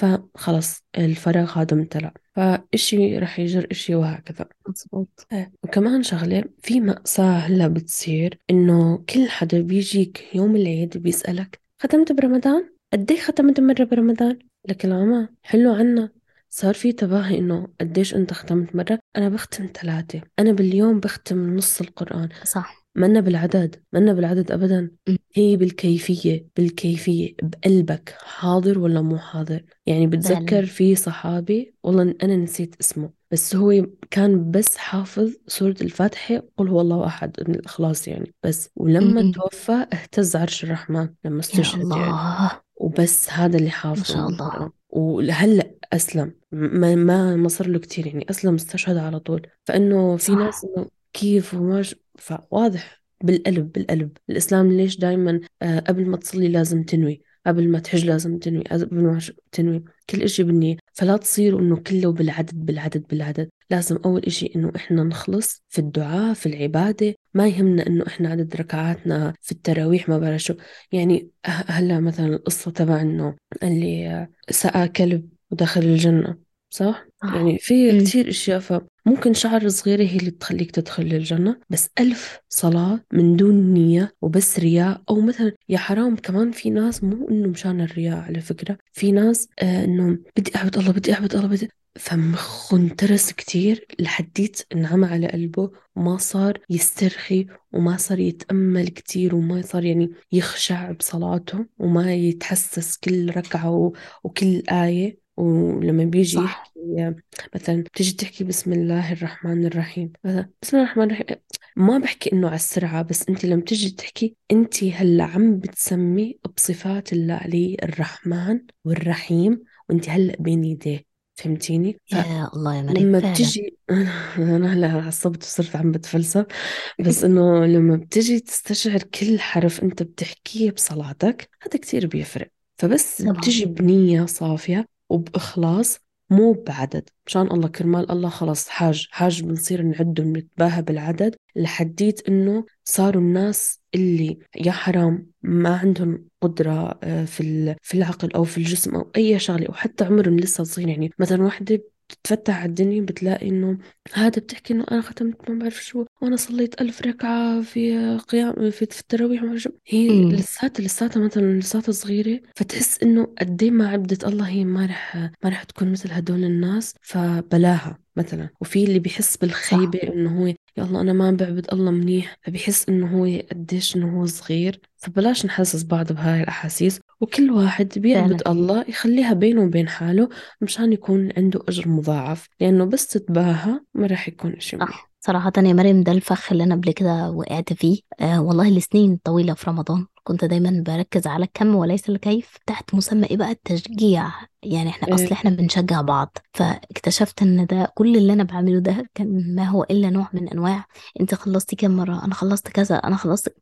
فخلص الفراغ هذا امتلأ، فإشي رح يجر إشي وهكذا. مظبوط. وكمان شغلة في مأساة هلا بتصير، إنه كل حدا بيجيك يوم العيد بيسألك ختمت برمضان؟ قديه ختمت مرة برمضان؟ لك العمى حلو عنا. صار في تباهي إنه قديش أنت ختمت مرة. أنا بختم 3، أنا باليوم بختم نص القرآن. صح. منا بالعدد، منا بالعدد أبدا، مم. هي بالكيفية، بالكيفية بقلبك حاضر ولا مو حاضر. يعني فعلا. بتذكر في صحابي والله أنا نسيت اسمه، بس هو كان بس حافظ سورة الفاتحة قل هو الله أحد من الإخلاص يعني بس، ولما مم. توفى اهتز عرش الرحمن لما يا استشهد يعني. الله. وبس هذا اللي ما حافظه شاء من الله. القرآن، ولهلا أسلم، ما صار له كتير يعني، أسلم استشهد على طول. فإنه في ناس صح. إنه كيف وماش، فواضح بالقلب. بالقلب الإسلام ليش دايما قبل ما تصلي لازم تنوي، قبل ما تحج لازم تنوي، قبل ما تنوي، كل إشي بالنية. فلا تصير إنه كله بالعدد بالعدد بالعدد. لازم أول إشي إنه إحنا نخلص في الدعاء في العبادة. ما يهمنا إنه إحنا عدد ركعاتنا في التراويح ما بعرف شو. يعني هلا مثلا القصة تبع إنه اللي سقى كلب ودخل الجنة، صح؟ صح. يعني في مم. كتير أشياء. فممكن شعر صغيرة هي اللي تخليك تدخل الجنة، بس 1000 صلاة من دون نية وبس رياء. أو مثلا يا حرام كمان في ناس مو إنه مشان الرياء، على فكرة في ناس إنه بدي أعبد الله بدي أعبد الله بدي، فمخه انترس كتير لحديت انعمى على قلبه، وما صار يسترخي وما صار يتأمل كتير وما صار يعني يخشع بصلاته وما يتحسس كل ركعة وكل آية. ولما بيجي صح. يحكي مثلا بتيجي تحكي بسم الله الرحمن الرحيم، مثلا بسم الله الرحمن الرحيم، ما بحكي انه على السرعة، بس انت لما تيجي تحكي انت هلا عم بتسمي بصفات الله عليه الرحمن والرحيم، وانت هلا بين يديه، فهمتيني؟ يا الله يا مريم لما فعلا. بتجي أنا هلا عصبت وصرت عم بتفلسف، بس إنه لما بتجي تستشعر كل حرف أنت بتحكيه بصلاتك هذا كتير بيفرق. فبس طبعا. بتجي بنية صافية وبإخلاص، مو بعدد، مشان الله كرمال الله خلص حاج حاج بنصير نعد ونتباهى بالعدد لحديت إنه صاروا الناس اللي يا حرام ما عندهم قدرة في العقل أو في الجسم أو أي شغلة، وحتى عمرهم لسه صغير. يعني مثلا وحدة تتفتح على الدنيا بتلاقي إنه هذا بتحكي إنه أنا ختمت ما بعرف شو، وأنا صليت 1000 ركعة في قيام في التراويح ما بعرف شو. هي امم. لساتها مثلا لساتها صغيرة، فتحس إنه قد إيه ما عبدت الله، هي ما رح تكون مثل هدول الناس، فبلاها مثلا. وفي اللي بيحس صح. بالخيبة إنه هو يا الله أنا ما بعبد الله منيح، فبيحس إنه هو قديش إنه هو صغير. فبلاش نحسس بعض بهاي الأحاسيس، وكل واحد بيعبد فعلا. الله يخليها بينه وبين حاله مشان يكون عنده أجر مضاعف، لأنه بس تتباهى ما راح يكون إشي منيح. صح صراحة يا مريم، ده الفخ اللي أنا قبل كده وقعت فيه. والله لسنين طويلة في رمضان كنت دايما بركز على الكم وليس الكيف، تحت مسمى إيه بقى؟ التشجيع. يعني إيه. احنا بنشجع بعض، فاكتشفت ان ده كل اللي انا بعمله ده كان ما هو الا نوع من انواع انت خلصتي كام مرة، انا خلصت كذا، انا خلصت.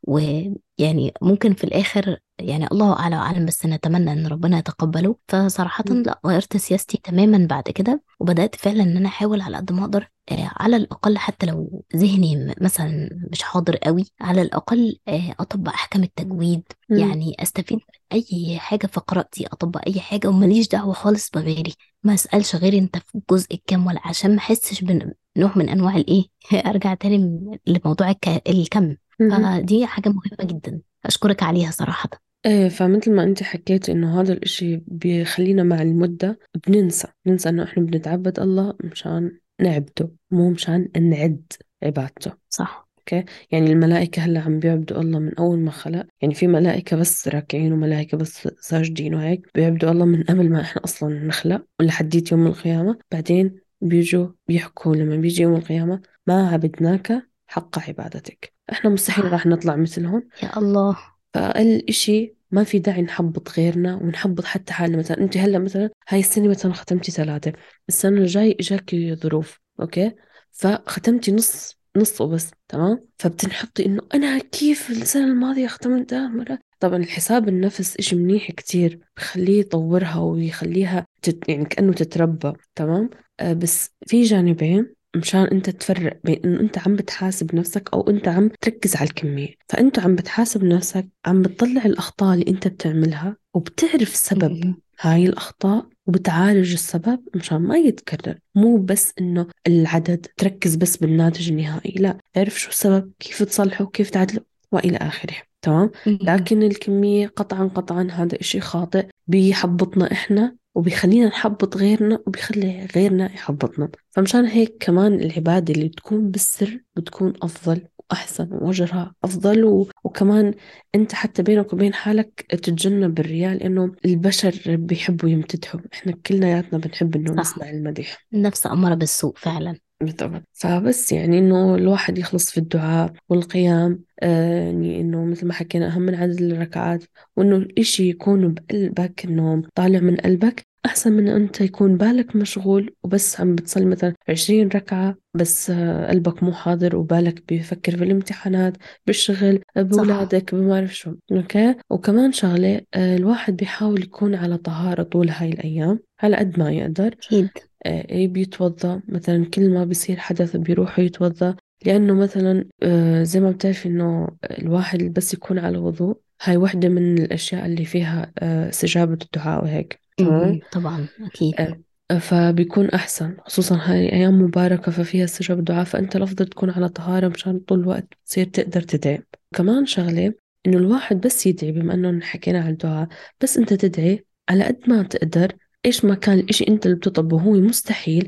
ويعني ممكن في الاخر يعني الله اعلى واعلم، بس نتمنى ان ربنا يتقبله. فصراحة لا، غيرت سياستي تماما بعد كده، وبدأت فعلا ان انا احاول على قد ما اقدر، على الأقل حتى لو ذهني مثلا مش حاضر قوي، على الأقل أطبق أحكام التجويد. مم. يعني أستفيد من أي حاجة في قراءتي، أطبق أي حاجة ومليش دعوة خالص بغيري. ما أسألش غيري أنت في الجزء الكام، ولا عشان ما أحسش بنوع من أنواع الإيه أرجع تاني لموضوع الكم. مم. فدي حاجة مهمة جدا، أشكرك عليها صراحة. ايه، فمثل ما انت حكيتي انه هذا الاشي بيخلينا مع المدة بننسى انه احنا بنتعبد الله مشان نعبده، مو مشان نعد عبادته. صح. اوكي. يعني الملائكة هلا عم بيعبدوا الله من اول ما خلق، يعني في ملائكة بس راكعين وملائكة بس ساجدين وهيك بيعبدوا الله من قبل ما احنا اصلا نخلق ولحديت يوم القيامة. بعدين بيجوا بيحكوا لما بيجي يوم القيامة ما عبدناك حق عبادتك، احنا مستحيل راح صح. نطلع مثلهم. يا الله. فأقل إشي ما في داعي نحبط غيرنا ونحبط حتى حالنا. مثلا أنت هلا مثلا هاي السنة مثلا ختمتي 3، السنة الجاي إجاكي ظروف، أوكي، فختمتي نص وبس، تمام، فبتنحطي إنه أنا كيف السنة الماضية ختمتها مرة. طبعا الحساب النفس إشي منيح كتير، بخليه يطورها ويخليها يعني كأنه تتربى، تمام. بس في جانبين مشان انت تفرق بين انه انت عم بتحاسب نفسك او انت عم تركز على الكمية. فانت عم بتحاسب نفسك، عم بتطلع الاخطاء اللي انت بتعملها وبتعرف سبب مهم. هاي الاخطاء وبتعالج السبب مشان ما يتكرر. مو بس انه العدد تركز بس بالناتج النهائي، لا، اعرف شو السبب، كيف تصلحه، كيف تعدله، والى اخره، تمام. مهم. لكن الكمية قطعا هذا اشي خاطئ، بيحبطنا احنا وبيخلينا نحبط غيرنا وبيخلي غيرنا يحبطنا. فمشان هيك كمان العبادة اللي تكون بالسر بتكون أفضل وأحسن وأجرها أفضل، وكمان أنت حتى بينك وبين حالك تتجنب الرياء، لأنه البشر بيحبوا يمتدحوا، إحنا كلياتنا بنحب إنه صح. نسمع المديح. نفس أمارة بالسوء فعلا. بالضبط. فبس يعني إنه الواحد يخلص في الدعاء والقيام، يعني إنه مثل ما حكينا أهم من عدد الركعات، وإنه الإشي يكون بقلبك، إنه طالع من قلبك أحسن من أنت يكون بالك مشغول وبس عم بتصلي مثلا 20 ركعة بس، قلبك مو حاضر وبالك بيفكر في الامتحانات، بالشغل، صح. بأولادك، بما أعرف شو. أوكي. وكمان شغلة، الواحد بيحاول يكون على طهارة طول هاي الأيام على قد ما يقدر. أكيد. إيه، بيتوضأ مثلا كل ما بيصير حدث بيروح يتوضأ، لأنه مثلا زي ما بتعرفي إنه الواحد بس يكون على وضوء، هاي واحدة من الأشياء اللي فيها استجابة الدعاء وهيك، تمام. طبعا أكيد. آه، فبيكون أحسن، خصوصا هاي أيام مباركة ففيها استجابة الدعاء، فأنت الأفضل تكون على طهارة مشان طول الوقت تصير تقدر تدعي. كمان شغلة إنه الواحد بس يدعي، بما إنه حكينا على الدعاء، بس أنت تدعي على قد ما تقدر. إيش ما كان الإشي أنت اللي بتطلبه هو مستحيل،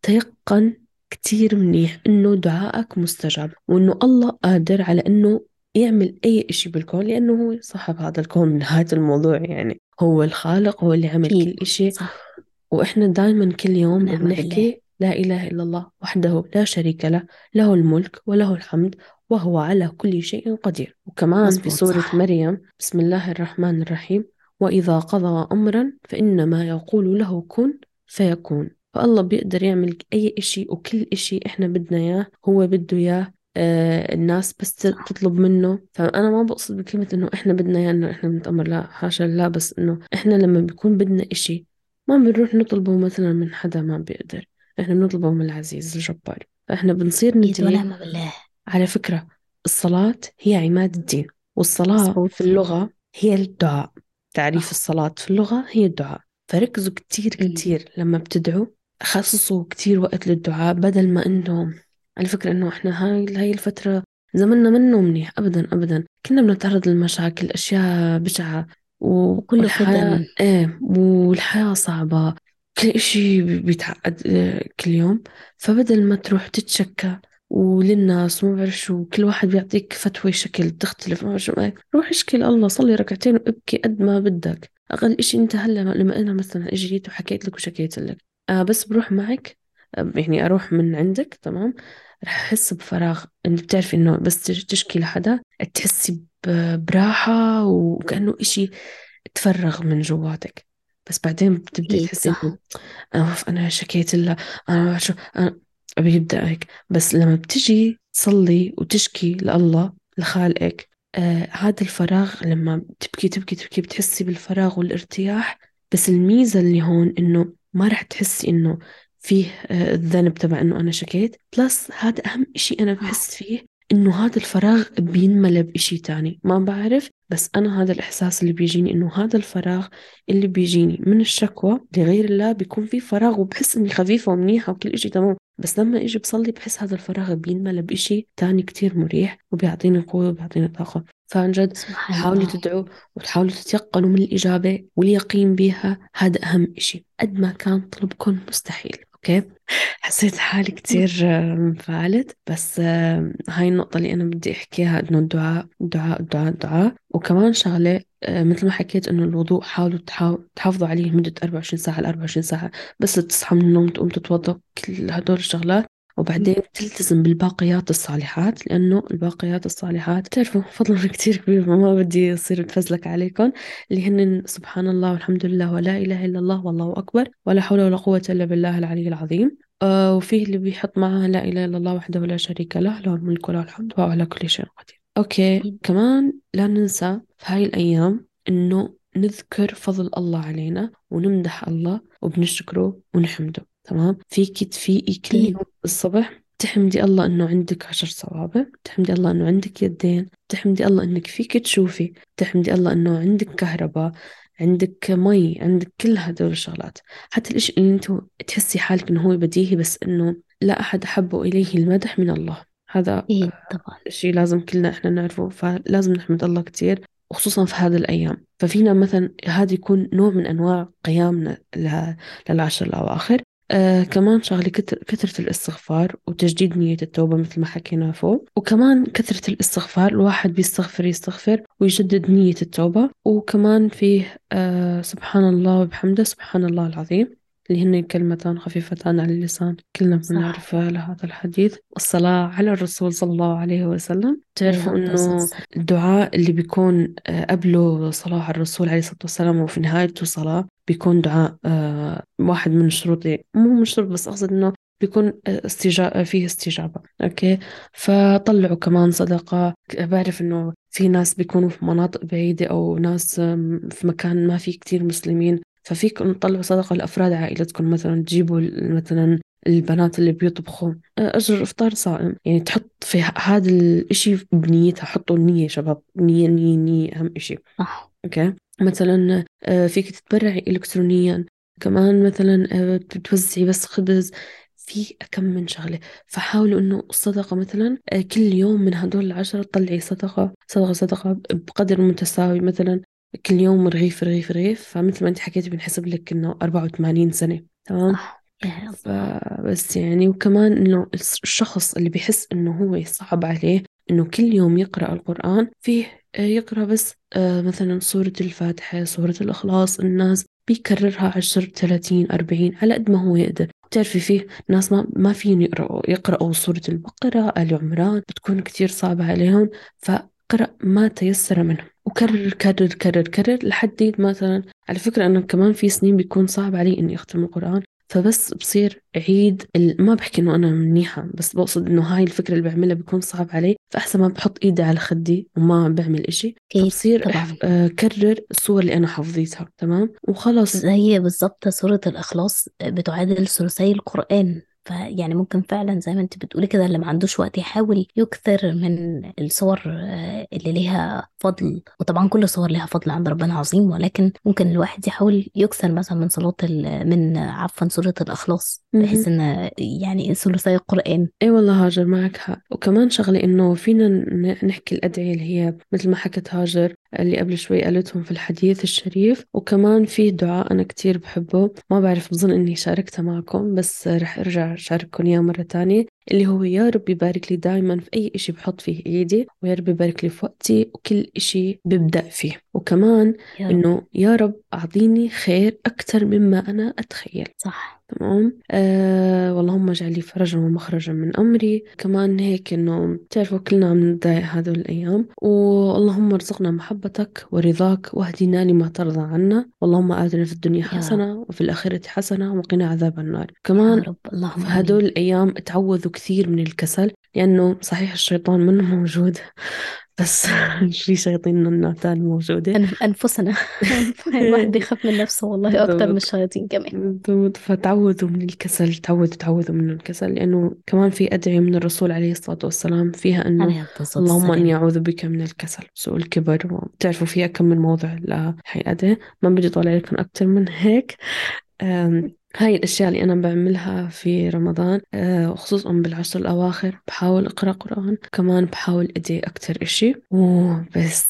تيقن كتير منيح إنه دعائك مستجاب، وإنه الله قادر على إنه يعمل أي إشي بالكون، لأنه هو صاحب هذا الكون من نهاية الموضوع، يعني هو الخالق، هو اللي عمل كل أكيد. إشي. صح. وإحنا دائما كل يوم ونعم بالله. بنحكي لا إله إلا الله وحده لا شريك له، له الملك وله الحمد وهو على كل شيء قدير. وكمان في مظبوط. سورة صح. مريم بسم الله الرحمن الرحيم، وإذا قضى أمرا فإنما يقول له كن فيكون. فالله بيقدر يعمل أي إشي، وكل إشي إحنا بدنا إياه هو بده إياه. الناس بس صح. تطلب منه. فأنا ما بقصد بكلمة إنه إحنا بدنا إياه إنه إحنا بنتأمر، لا حاشا، لا، بس إنه إحنا لما بيكون بدنا إشي ما بنروح نطلبه مثلا من حدا ما بيقدر، احنا بنطلبه من العزيز الجبار، فاحنا بنصير أكيد ندعي. ونعم بالله. على فكرة الصلاة هي عماد الدين، والصلاة في مظبوط. اللغة هي الدعاء. تعريف صح. الصلاة في اللغة هي الدعاء. فركزوا كتير مم. كتير لما بتدعوا خصصوا كتير وقت للدعاء، بدل ما إنه، على فكرة إنه إحنا هاي الفترة زمننا منه منيح أبدا أبدا، كنا بنتعرض للمشاكل، أشياء بشعة، وكله والحياة فتن. والحياة صعبة، كل إشي بيتعقد كل يوم. فبدل ما تروح تتشكى وللناس وما بعرف شو، كل واحد بيعطيك فتوى شكل تختلف، ما بعرف شو، روح اشكي لله، صلي ركعتين وابكي قد ما بدك. أقل إشي أنت هلا لما أنا مثلا إجيت وحكيت لك وشكيت لك، بس بروح معك، يعني أروح من عندك، تمام، رح أحس بفراغ. أنت بتعرفي إنه بس تشكي لحدا تحسي براحة، وكأنه إشي تفرغ من جواتك. بس بعدين بتبدأي أكيد تحسي إنه صح. أنا شكيت لها، أنا ما بعرف شو، أنا بيبدأ هيك. بس لما بتجي تصلي وتشكي لله لخالقك، هذا الفراغ لما تبكي تبكي تبكي بتحسي بالفراغ والارتياح. بس الميزة اللي هون إنه ما رح تحسي إنه فيه الذنب تبع إنه أنا شكيت. بلس هذا أهم إشي أنا آه. بحس فيه، إنه هذا الفراغ بينملى بإشي تاني ما بعرف. بس أنا هذا الإحساس اللي بيجيني، إنه هذا الفراغ اللي بيجيني من الشكوى لغير الله بيكون في فراغ، وبحس إني خفيفة ومنيحة وكل إشي تمام. بس لما إجي بصلي بحس هذا الفراغ بينملى بإشي تاني كتير مريح، وبيعطيني قوة وبيعطيني طاقة. فعن جد سبحان حاولوا الله. تدعوا، وتحاولوا تتيقنوا من الإجابة واليقين بها، هذا أهم إشي قد ما كان طلبكم مستحيل. أوكي. حسيت حالي كتير انفعلت، بس هاي النقطة اللي أنا بدي أحكيها، إنه الدعاء الدعاء الدعاء الدعاء. وكمان شغلة، مثل ما حكيت إنه الوضوء حاولوا تحافظوا عليه لمدة 24 ساعة ل 24 ساعة، بس تصحى من النوم تقوم تتوضأ، كل هدول الشغلات. وبعدين تلتزم بالباقيات الصالحات، لأنه الباقيات الصالحات تعرفوا فضلهم كتير كبير، ما بدي يصير بفزلك عليكم، اللي هن سبحان الله والحمد لله ولا إله إلا الله والله أكبر ولا حول ولا قوة إلا بالله العلي العظيم. وفيه اللي بيحط معها لا إله إلا الله وحده لا شريك له، له الملك وله الحمد وهو على كل شيء قدير. أوكي، أكيد. كمان لا ننسى في هاي الأيام إنه نذكر فضل الله علينا، ونمدح الله وبنشكره ونحمده. تمام، فيك تفيقي كل أكيد. يوم الصبح تحمدي الله إنه عندك 10 صوابع، تحمدي الله إنه عندك يدين، تحمدي الله إنك فيك تشوفي، تحمدي الله إنه عندك كهرباء، عندك مي، عندك كل هدول الشغلات. حتى الإشي اللي انتو تحسي حالك إنه هو بديهي، بس إنه لا أحد أحب إليه المدح من الله. هذا أكيد طبعا. شيء لازم كلنا إحنا نعرفه، فلازم نحمد الله كتير، وخصوصا في هذه الأيام. ففينا مثلا هذا يكون نوع من أنواع قيامنا للعشر الأواخر. كمان شغلة كثرة الاستغفار وتجديد نية التوبة مثل ما حكينا فوق. وكمان كثرة الاستغفار، الواحد بيستغفر يستغفر ويجدد نية التوبة. وكمان فيه سبحان الله وبحمده سبحان الله العظيم، اللي هن كلمتان خفيفتان على اللسان كلنا صح. بنعرف لهذا الحديث. والصلاة على الرسول صلى الله عليه وسلم. عليه تعرفوا أفضل الصلاة إنه والسلام. الدعاء اللي بيكون قبله صلاة على الرسول عليه الصلاة والسلام، وفي نهايته صلاة، بيكون دعاء واحد من الشروط، مو من الشروط بس أقصد إنه بيكون استجابة، فيه استجابة. أوكي. فطلعوا كمان صدقة. بعرف إنه في ناس بيكونوا في مناطق بعيدة، أو ناس في مكان ما فيه كتير مسلمين، ففيكم تطلعوا صدقة لأفراد عائلتكم، مثلا تجيبوا مثلا البنات اللي بيطبخوا أجر إفطار صائم، يعني تحط في هذا الإشي بنيتها. حطوا النية شباب، نية نية نية أهم إشي. صح. أوكي. مثلا فيك تتبرعي إلكترونيا، كمان مثلا بتوزعي بس خبز، في كم من شغلة. فحاولوا إنه الصدقة مثلا كل يوم من هدول العشرة تطلعي صدقة صدقة صدقة بقدر متساوي، مثلا كل يوم رغيف رغيف رغيف. فمثل ما أنت حكيتي بنحسب لك إنه 84 سنة. تمام. صح يا الله. فبس يعني، وكمان إنه الشخص اللي بيحس إنه هو صعب عليه إنه كل يوم يقرأ القرآن، فيه يقرأ بس مثلا سورة الفاتحة، سورة الإخلاص، الناس، بيكررها 10 30 40 على قد ما هو يقدر. بتعرفي فيه ناس ما فيهم يقرأوا سورة البقرة، آل عمران بتكون كتير صعبة عليهم. فقرأ ما تيسر منه، صح. وكرر كرر كرر كرر لحد مثلا. على فكرة أنا كمان في سنين بيكون صعب علي إني أختم القرآن، فبس بصير عيد ما بحكي انه انا منيحة، بس بقصد انه هاي الفكرة اللي بعملها بيكون صعب علي، فاحسن ما بحط ايدي على خدي وما بعمل اشي، أكيد فبصير طبعا. كرر الصور اللي انا حافظيتها، تمام، وخلص. زي بالظبط سورة الإخلاص بتعادل ثلثي القرآن. فيعني ممكن فعلا زي ما انت بتقولي كده، اللي ما عندوش وقت يحاول يكثر من الصور اللي ليها فضل. وطبعا كل الصور ليها فضل عند ربنا عظيم، ولكن ممكن الواحد يحاول يكثر مثلا من صلاة من عفوا سورة الإخلاص، بحيث ان يعني ثلثي القرآن. اي والله هاجر معك حق. وكمان شغلة انه فينا نحكي الادعية اللي هي مثل ما حكت هاجر اللي قبل شوي قالتهم في الحديث الشريف. وكمان في دعاء انا كتير بحبه، ما بعرف، بظن اني شاركته معكم بس رح ارجع اشارككم اياه مرة تانية، اللي هو يا رب يبارك لي دايما في اي اشي بحط فيه ايدي، ويا رب يبارك لي في وقتي وكل اشي ببدأ فيه. وكمان يا رب. انه يا رب اعطيني خير اكثر مما انا اتخيل. صح. تمام. واللهم اجعل لي فرجا ومخرجا من أمري. كمان هيك إنه تعرفوا كلنا عم نتضايق هدول الأيام، واللهم ارزقنا محبتك ورضاك واهدنا لما ترضى عنا، واللهم آتنا في الدنيا يا رب. حسنة وفي الآخرة حسنة وقنا عذاب النار. يا كمان رب اللهم في هدول آمين. الأيام تعوذوا كثير من الكسل، لأنه صحيح الشيطان منه موجود بس في شياطين النعتان موجودة. أنفسنا. الواحد بيخاف من نفسه والله أكتر من بالضبط. الشياطين كمان. بالضبط. فتعوذوا من الكسل، تعوذوا من الكسل، لأنه كمان في أدعية من الرسول عليه الصلاة والسلام فيها أنه عليه الصلاة اللهم إني والسلام. أعوذ بك من الكسل وسوء الكبر، وبتعرفوا فيها كم من موضع لهي. ما بدي أطول عليكم أكتر من هيك. هاي الأشياء اللي أنا بعملها في رمضان، وخصوصا بالعشر الأواخر بحاول أقرأ قرآن، كمان بحاول أدعي أكتر إشي وبس.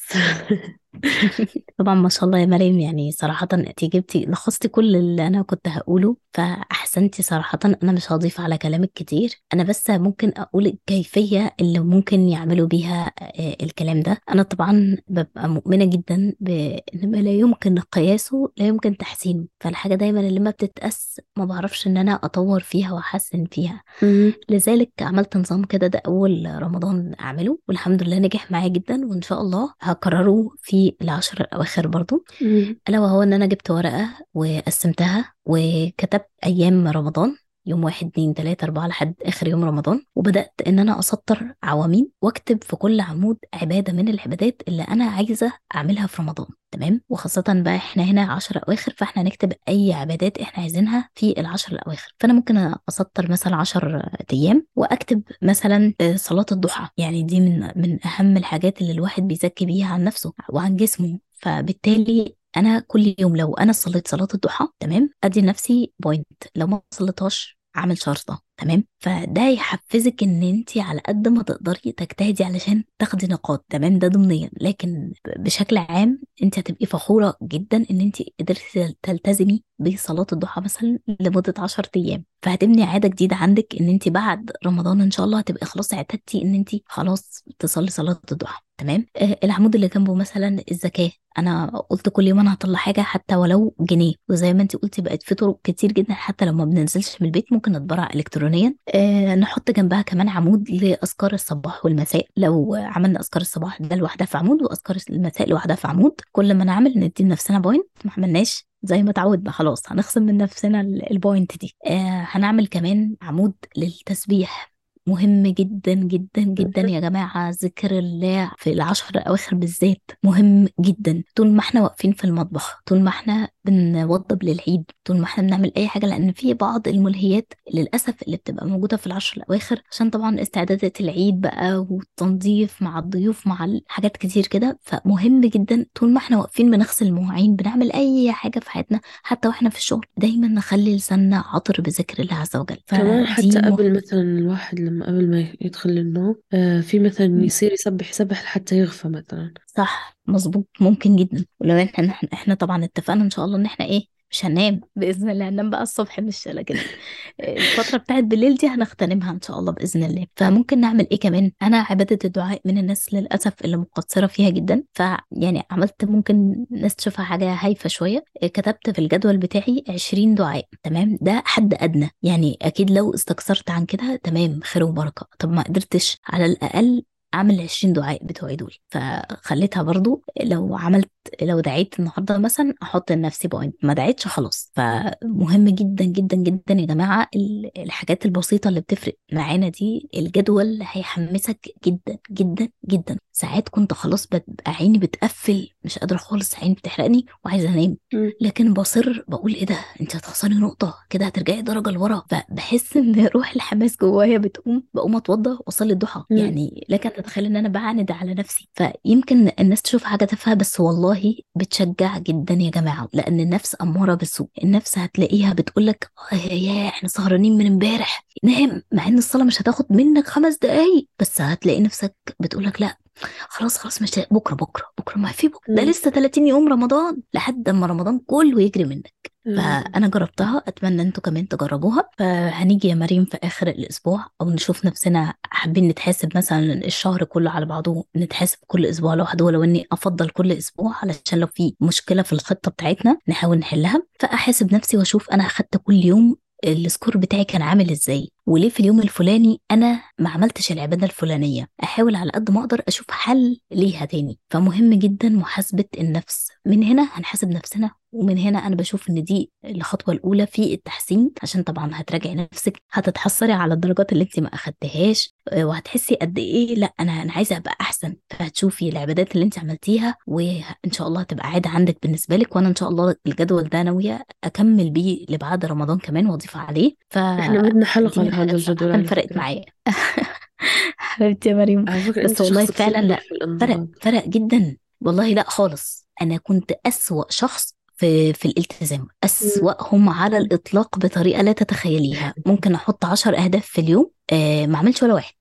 طبعا ما شاء الله يا مريم، يعني صراحة انتي جبتي لخصتي كل اللي انا كنت هقوله، فاحسنتي صراحة. انا مش هضيف على كلامك كتير، انا بس ممكن اقول الكيفية اللي ممكن يعملوا بيها الكلام ده. انا طبعا ببقى مؤمنة جدا بان ما لا يمكن قياسه لا يمكن تحسينه، فالحاجة دايما اللي ما بتتقاس ما بعرفش ان انا اطور فيها واحسن فيها. مم. لذلك عملت نظام كده، ده أول رمضان أعمله والحمد لله نجح معايا جدا، وإن شاء الله هكرره في العشر الأواخر برضو. مم. ألا وهو إن أنا جبت ورقة وقسمتها وكتبت أيام رمضان، يوم 1 2 3 4 لحد آخر يوم رمضان، وبدأت إن أنا أسطر عواميد وأكتب في كل عمود عبادة من العبادات اللي أنا عايزة أعملها في رمضان. تمام. وخاصة بقى إحنا هنا 10 أواخر، فإحنا نكتب أي عبادات إحنا عايزينها في العشر الأواخر. فأنا ممكن أسطر مثلا 10 أيام وأكتب مثلا صلاة الضحى، يعني دي من أهم الحاجات اللي الواحد بيزكي بيها عن نفسه وعن جسمه. فبالتالي انا كل يوم لو انا صليت صلاة الضحى تمام ادي لنفسي بوينت، لو ما صليتهاش عامل شرطة. تمام. فده يحفزك ان انت على قد ما تقدري تجتهدي علشان تاخدي نقاط. تمام. ده ضمنيا، لكن بشكل عام انت هتبقي فخورة جدا ان انت قدرتي تلتزمي بصلاة الضحى مثلا لمدة 10 ايام. فهتبني عادة جديدة عندك ان انت بعد رمضان ان شاء الله هتبقي خلاص اعتدتي ان انت خلاص تصلي صلاة الضحى. تمام. العمود اللي جنبه مثلا الزكاة، انا قلت كل يوم انا هطلع حاجه حتى ولو جنيه، وزي ما انت قلتي بقت في طرق كتير جدا حتى لو ما بننزلش من البيت ممكن نتبرع الكترونيا. نحط جنبها كمان عمود لاذكار الصباح والمساء، لو عملنا اذكار الصباح ده لوحدها في عمود واذكار المساء لوحدها في عمود، كل ما نعمل ندي لنفسنا بوينت. ما عملناش زي ما تعودنا خلاص هنخصم من نفسنا البوينت دي. هنعمل كمان عمود للتسبيح، مهم جدا جدا جدا يا جماعة. ذكر الله في العشر الأواخر بالذات مهم جدا. طول ما احنا واقفين في المطبخ، طول ما احنا بنوضب للعيد، طول ما احنا بنعمل أي حاجة، لأن في بعض الملهيات للأسف اللي بتبقى موجودة في العشر الأواخر، عشان طبعا استعدادات العيد بقى والتنظيف مع الضيوف مع حاجات كتير كده. فمهم جدا طول ما احنا واقفين بنغسل المواعين بنعمل أي حاجة في حياتنا حتى واحنا في الشغل دايما نخلي لساننا عطر بذكر الله عز وجل. كمان حتى فدي قبل مثلا الواحد لما قبل ما يدخل النوم، في مثلا يصير يسبح حتى يغفى مثلا. صح مظبوط ممكن جدا. ولو احنا طبعا اتفقنا ان شاء الله ان احنا ايه مش هننام باذن الله، هننام بقى الصبح مش لكن الفتره بتاعت بالليل دي هنغتنمها ان شاء الله باذن الله. فممكن نعمل ايه كمان؟ انا عباده الدعاء من الناس للاسف اللي مقصره فيها جدا، فيعني عملت ممكن ناس تشوفها حاجه هايفه شويه، كتبت في الجدول بتاعي 20 دعاء. تمام. ده حد ادنى، يعني اكيد لو استكثرت عن كده تمام خير وبركه، طب ما قدرتش على الاقل اعمل 20 دعاء بتوعي دول. فخليتها برضو لو عملت، لو دعيت النهارده مثلا احط لنفسي بوينت، ما دعيتش خلاص. فمهم جدا جدا جدا يا جماعه الحاجات البسيطه اللي بتفرق معانا دي. الجدول هيحمسك جدا جدا جدا. ساعات كنت خلاص ببقى عيني بتقفل، مش قادرة خالص، عيني بتحرقني وعايزة انام، مم. لكن بصر بقول ايه ده، انت هتخسري نقطة كده، هترجعي درجة لورا. فبحس ان روح الحماس جوايا بقوم اتوضى واصلي الضحى مم. يعني. لكن تتخيل ان انا بعاند على نفسي. فيمكن الناس تشوف حاجة تافهة، بس والله بتشجع جدا يا جماعة، لان النفس امارة بالسوء. النفس هتلاقيها بتقولك يا احنا سهرانين من امبارح، نام، مع ان الصلاة مش هتاخد منك 5 دقايق، بس هتلاقي نفسك بتقولك لا، خلاص خلاص، مش بكره بكره بكره، ما في بكره، ده مم. لسه 30 يوم رمضان لحد اما رمضان كله يجري منك. آه. فانا جربتها، اتمنى انتوا كمان تجربوها. فهنيجي يا مريم في اخر الاسبوع او نشوف نفسنا حابين نتحاسب مثلا الشهر كله على بعضه، نتحاسب كل اسبوع لوحده، ولو اني افضل كل اسبوع علشان لو في مشكله في الخطه بتاعتنا نحاول نحلها. فاحاسب نفسي واشوف انا اخدت كل يوم السكور بتاعي كان عامل ازاي، وليه في اليوم الفلاني انا ما عملتش العباده الفلانيه، احاول على قد ما اقدر اشوف حل ليها تاني. فمهم جدا محاسبه النفس. من هنا هنحاسب نفسنا، ومن هنا انا بشوف ان دي الخطوه الاولى في التحسين، عشان طبعا هتراجعي نفسك، هتتحسري على الدرجات اللي انت ما اخدتهاش، وهتحسي قد ايه لا انا عايزه ابقى احسن. فهتشوفي العبادات اللي انت عملتيها، وان شاء الله هتبقى عاده عندك بالنسبه لك. وانا ان شاء الله الجدول ده ناويه اكمل بيه لبعد رمضان كمان واضيف عليه. احنا بدنا فدي حلقة من لهذا الحاجات الجدول صراحه على فرقت فكرة. معايا. حبيبتي يا مريم. على فكرة انت بس والله شخص كتير فعلا حلو لا، في فرق الانضباط. فرق جدا. والله لا خالص، انا كنت اسوأ شخص في الالتزام، مم. أسوأهم على الإطلاق بطريقة لا تتخيليها. ممكن أحط 10 أهداف في اليوم، ما عملش ولا واحد.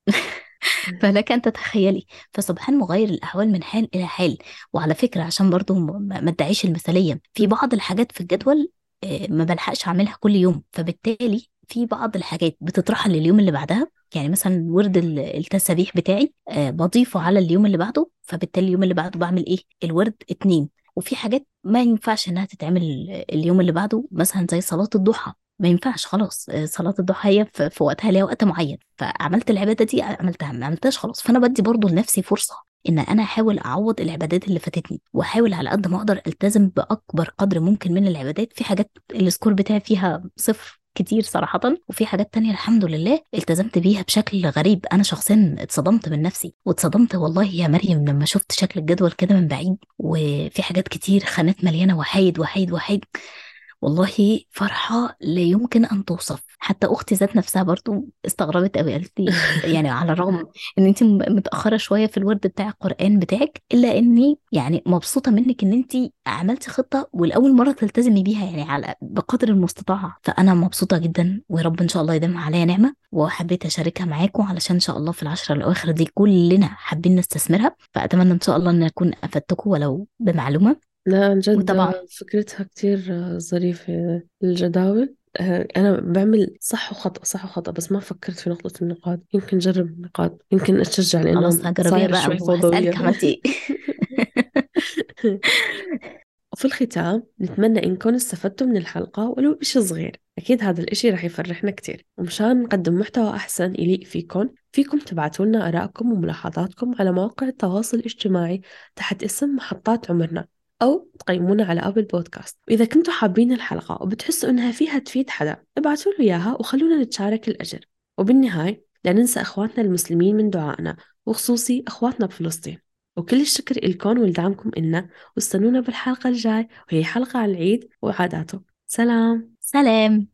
فلك أن تتخيلي. فسبحان مغير الأحوال من حال إلى حال. وعلى فكرة عشان برضو ما ادعيش المثالية في مم. بعض الحاجات في الجدول، ما بلحقش أعملها كل يوم، فبالتالي في بعض الحاجات بتطرح لليوم اللي بعدها. يعني مثلا ورد التسابيح بتاعي بضيفه على اليوم اللي بعده، فبالتالي اليوم اللي بعده بعمل ايه، الورد اتنين. وفي حاجات ما ينفعش انها تتعمل اليوم اللي بعده، مثلا زي صلاة الضحى، ما ينفعش خلاص. صلاة الضحى هي في وقتها، ليها وقت معين، فعملت العبادة دي عملتها، ما عملتهاش خلاص. فأنا بدي برضو لنفسي فرصة إن أنا أحاول أعوض العبادات اللي فاتتني، وأحاول على قد ما أقدر ألتزم بأكبر قدر ممكن من العبادات. في حاجات السكور بتاعي فيها صفر كتير صراحة، وفي حاجات تانية الحمد لله التزمت بيها بشكل غريب. أنا شخصيا اتصدمت من نفسي، واتصدمت والله يا مريم لما شفت شكل الجدول كده من بعيد، وفي حاجات كتير خانات مليانة وحايد وحايد وحايد. والله فرحة لا يمكن أن توصف. حتى أختي ذات نفسها برضو استغربت قوي، قالت لي يعني على الرغم إن أنت متأخرة شوية في الورد بتاع القرآن بتاعك، إلا إني يعني مبسوطة منك إن أنت عملتي خطة والأول مرة تلتزمي بيها، يعني على بقدر المستطاع. فأنا مبسوطة جدا، ويا رب إن شاء الله يديمها عليا نعمة. وحبيت أشاركها معاكم علشان إن شاء الله في العشرة الأواخر دي كلنا حابين نستثمرها. فأتمنى إن شاء الله أن أكون أفدتكم ولو بمعلومة. لا عن جد وطبعا فكرتها كتير ظريفة الجداول. أنا بعمل صح وخطأ صح وخطأ، بس ما فكرت في نقطة النقاط. يمكن جرب النقاط، يمكن أتشجع خلاص لأنه هجربيها صايرة بقى شوي وهسألك فوضوية. عملتي ايه. وفي الختام نتمنى إنكم استفدتوا من الحلقة ولو إشي صغير. أكيد هذا الإشي رح يفرحنا كتير، ومشان نقدم محتوى أحسن يليق فيكم تبعتوا لنا آرائكم وملاحظاتكم على مواقع التواصل الاجتماعي تحت اسم محطات عمرنا، أو تقيمونا على أبل بودكاست. وإذا كنتوا حابين الحلقة وبتحسوا إنها فيها تفيد حدا، ابعتوا له إياها وخلونا نتشارك الأجر. وبالنهاية لا ننسى أخواتنا المسلمين من دعائنا، وخصوصي أخواتنا بفلسطين. وكل الشكر إلكم ولدعمكم إلنا. واستنونا بالحلقة الجاي، وهي حلقة عن العيد وعاداته. سلام. سلام.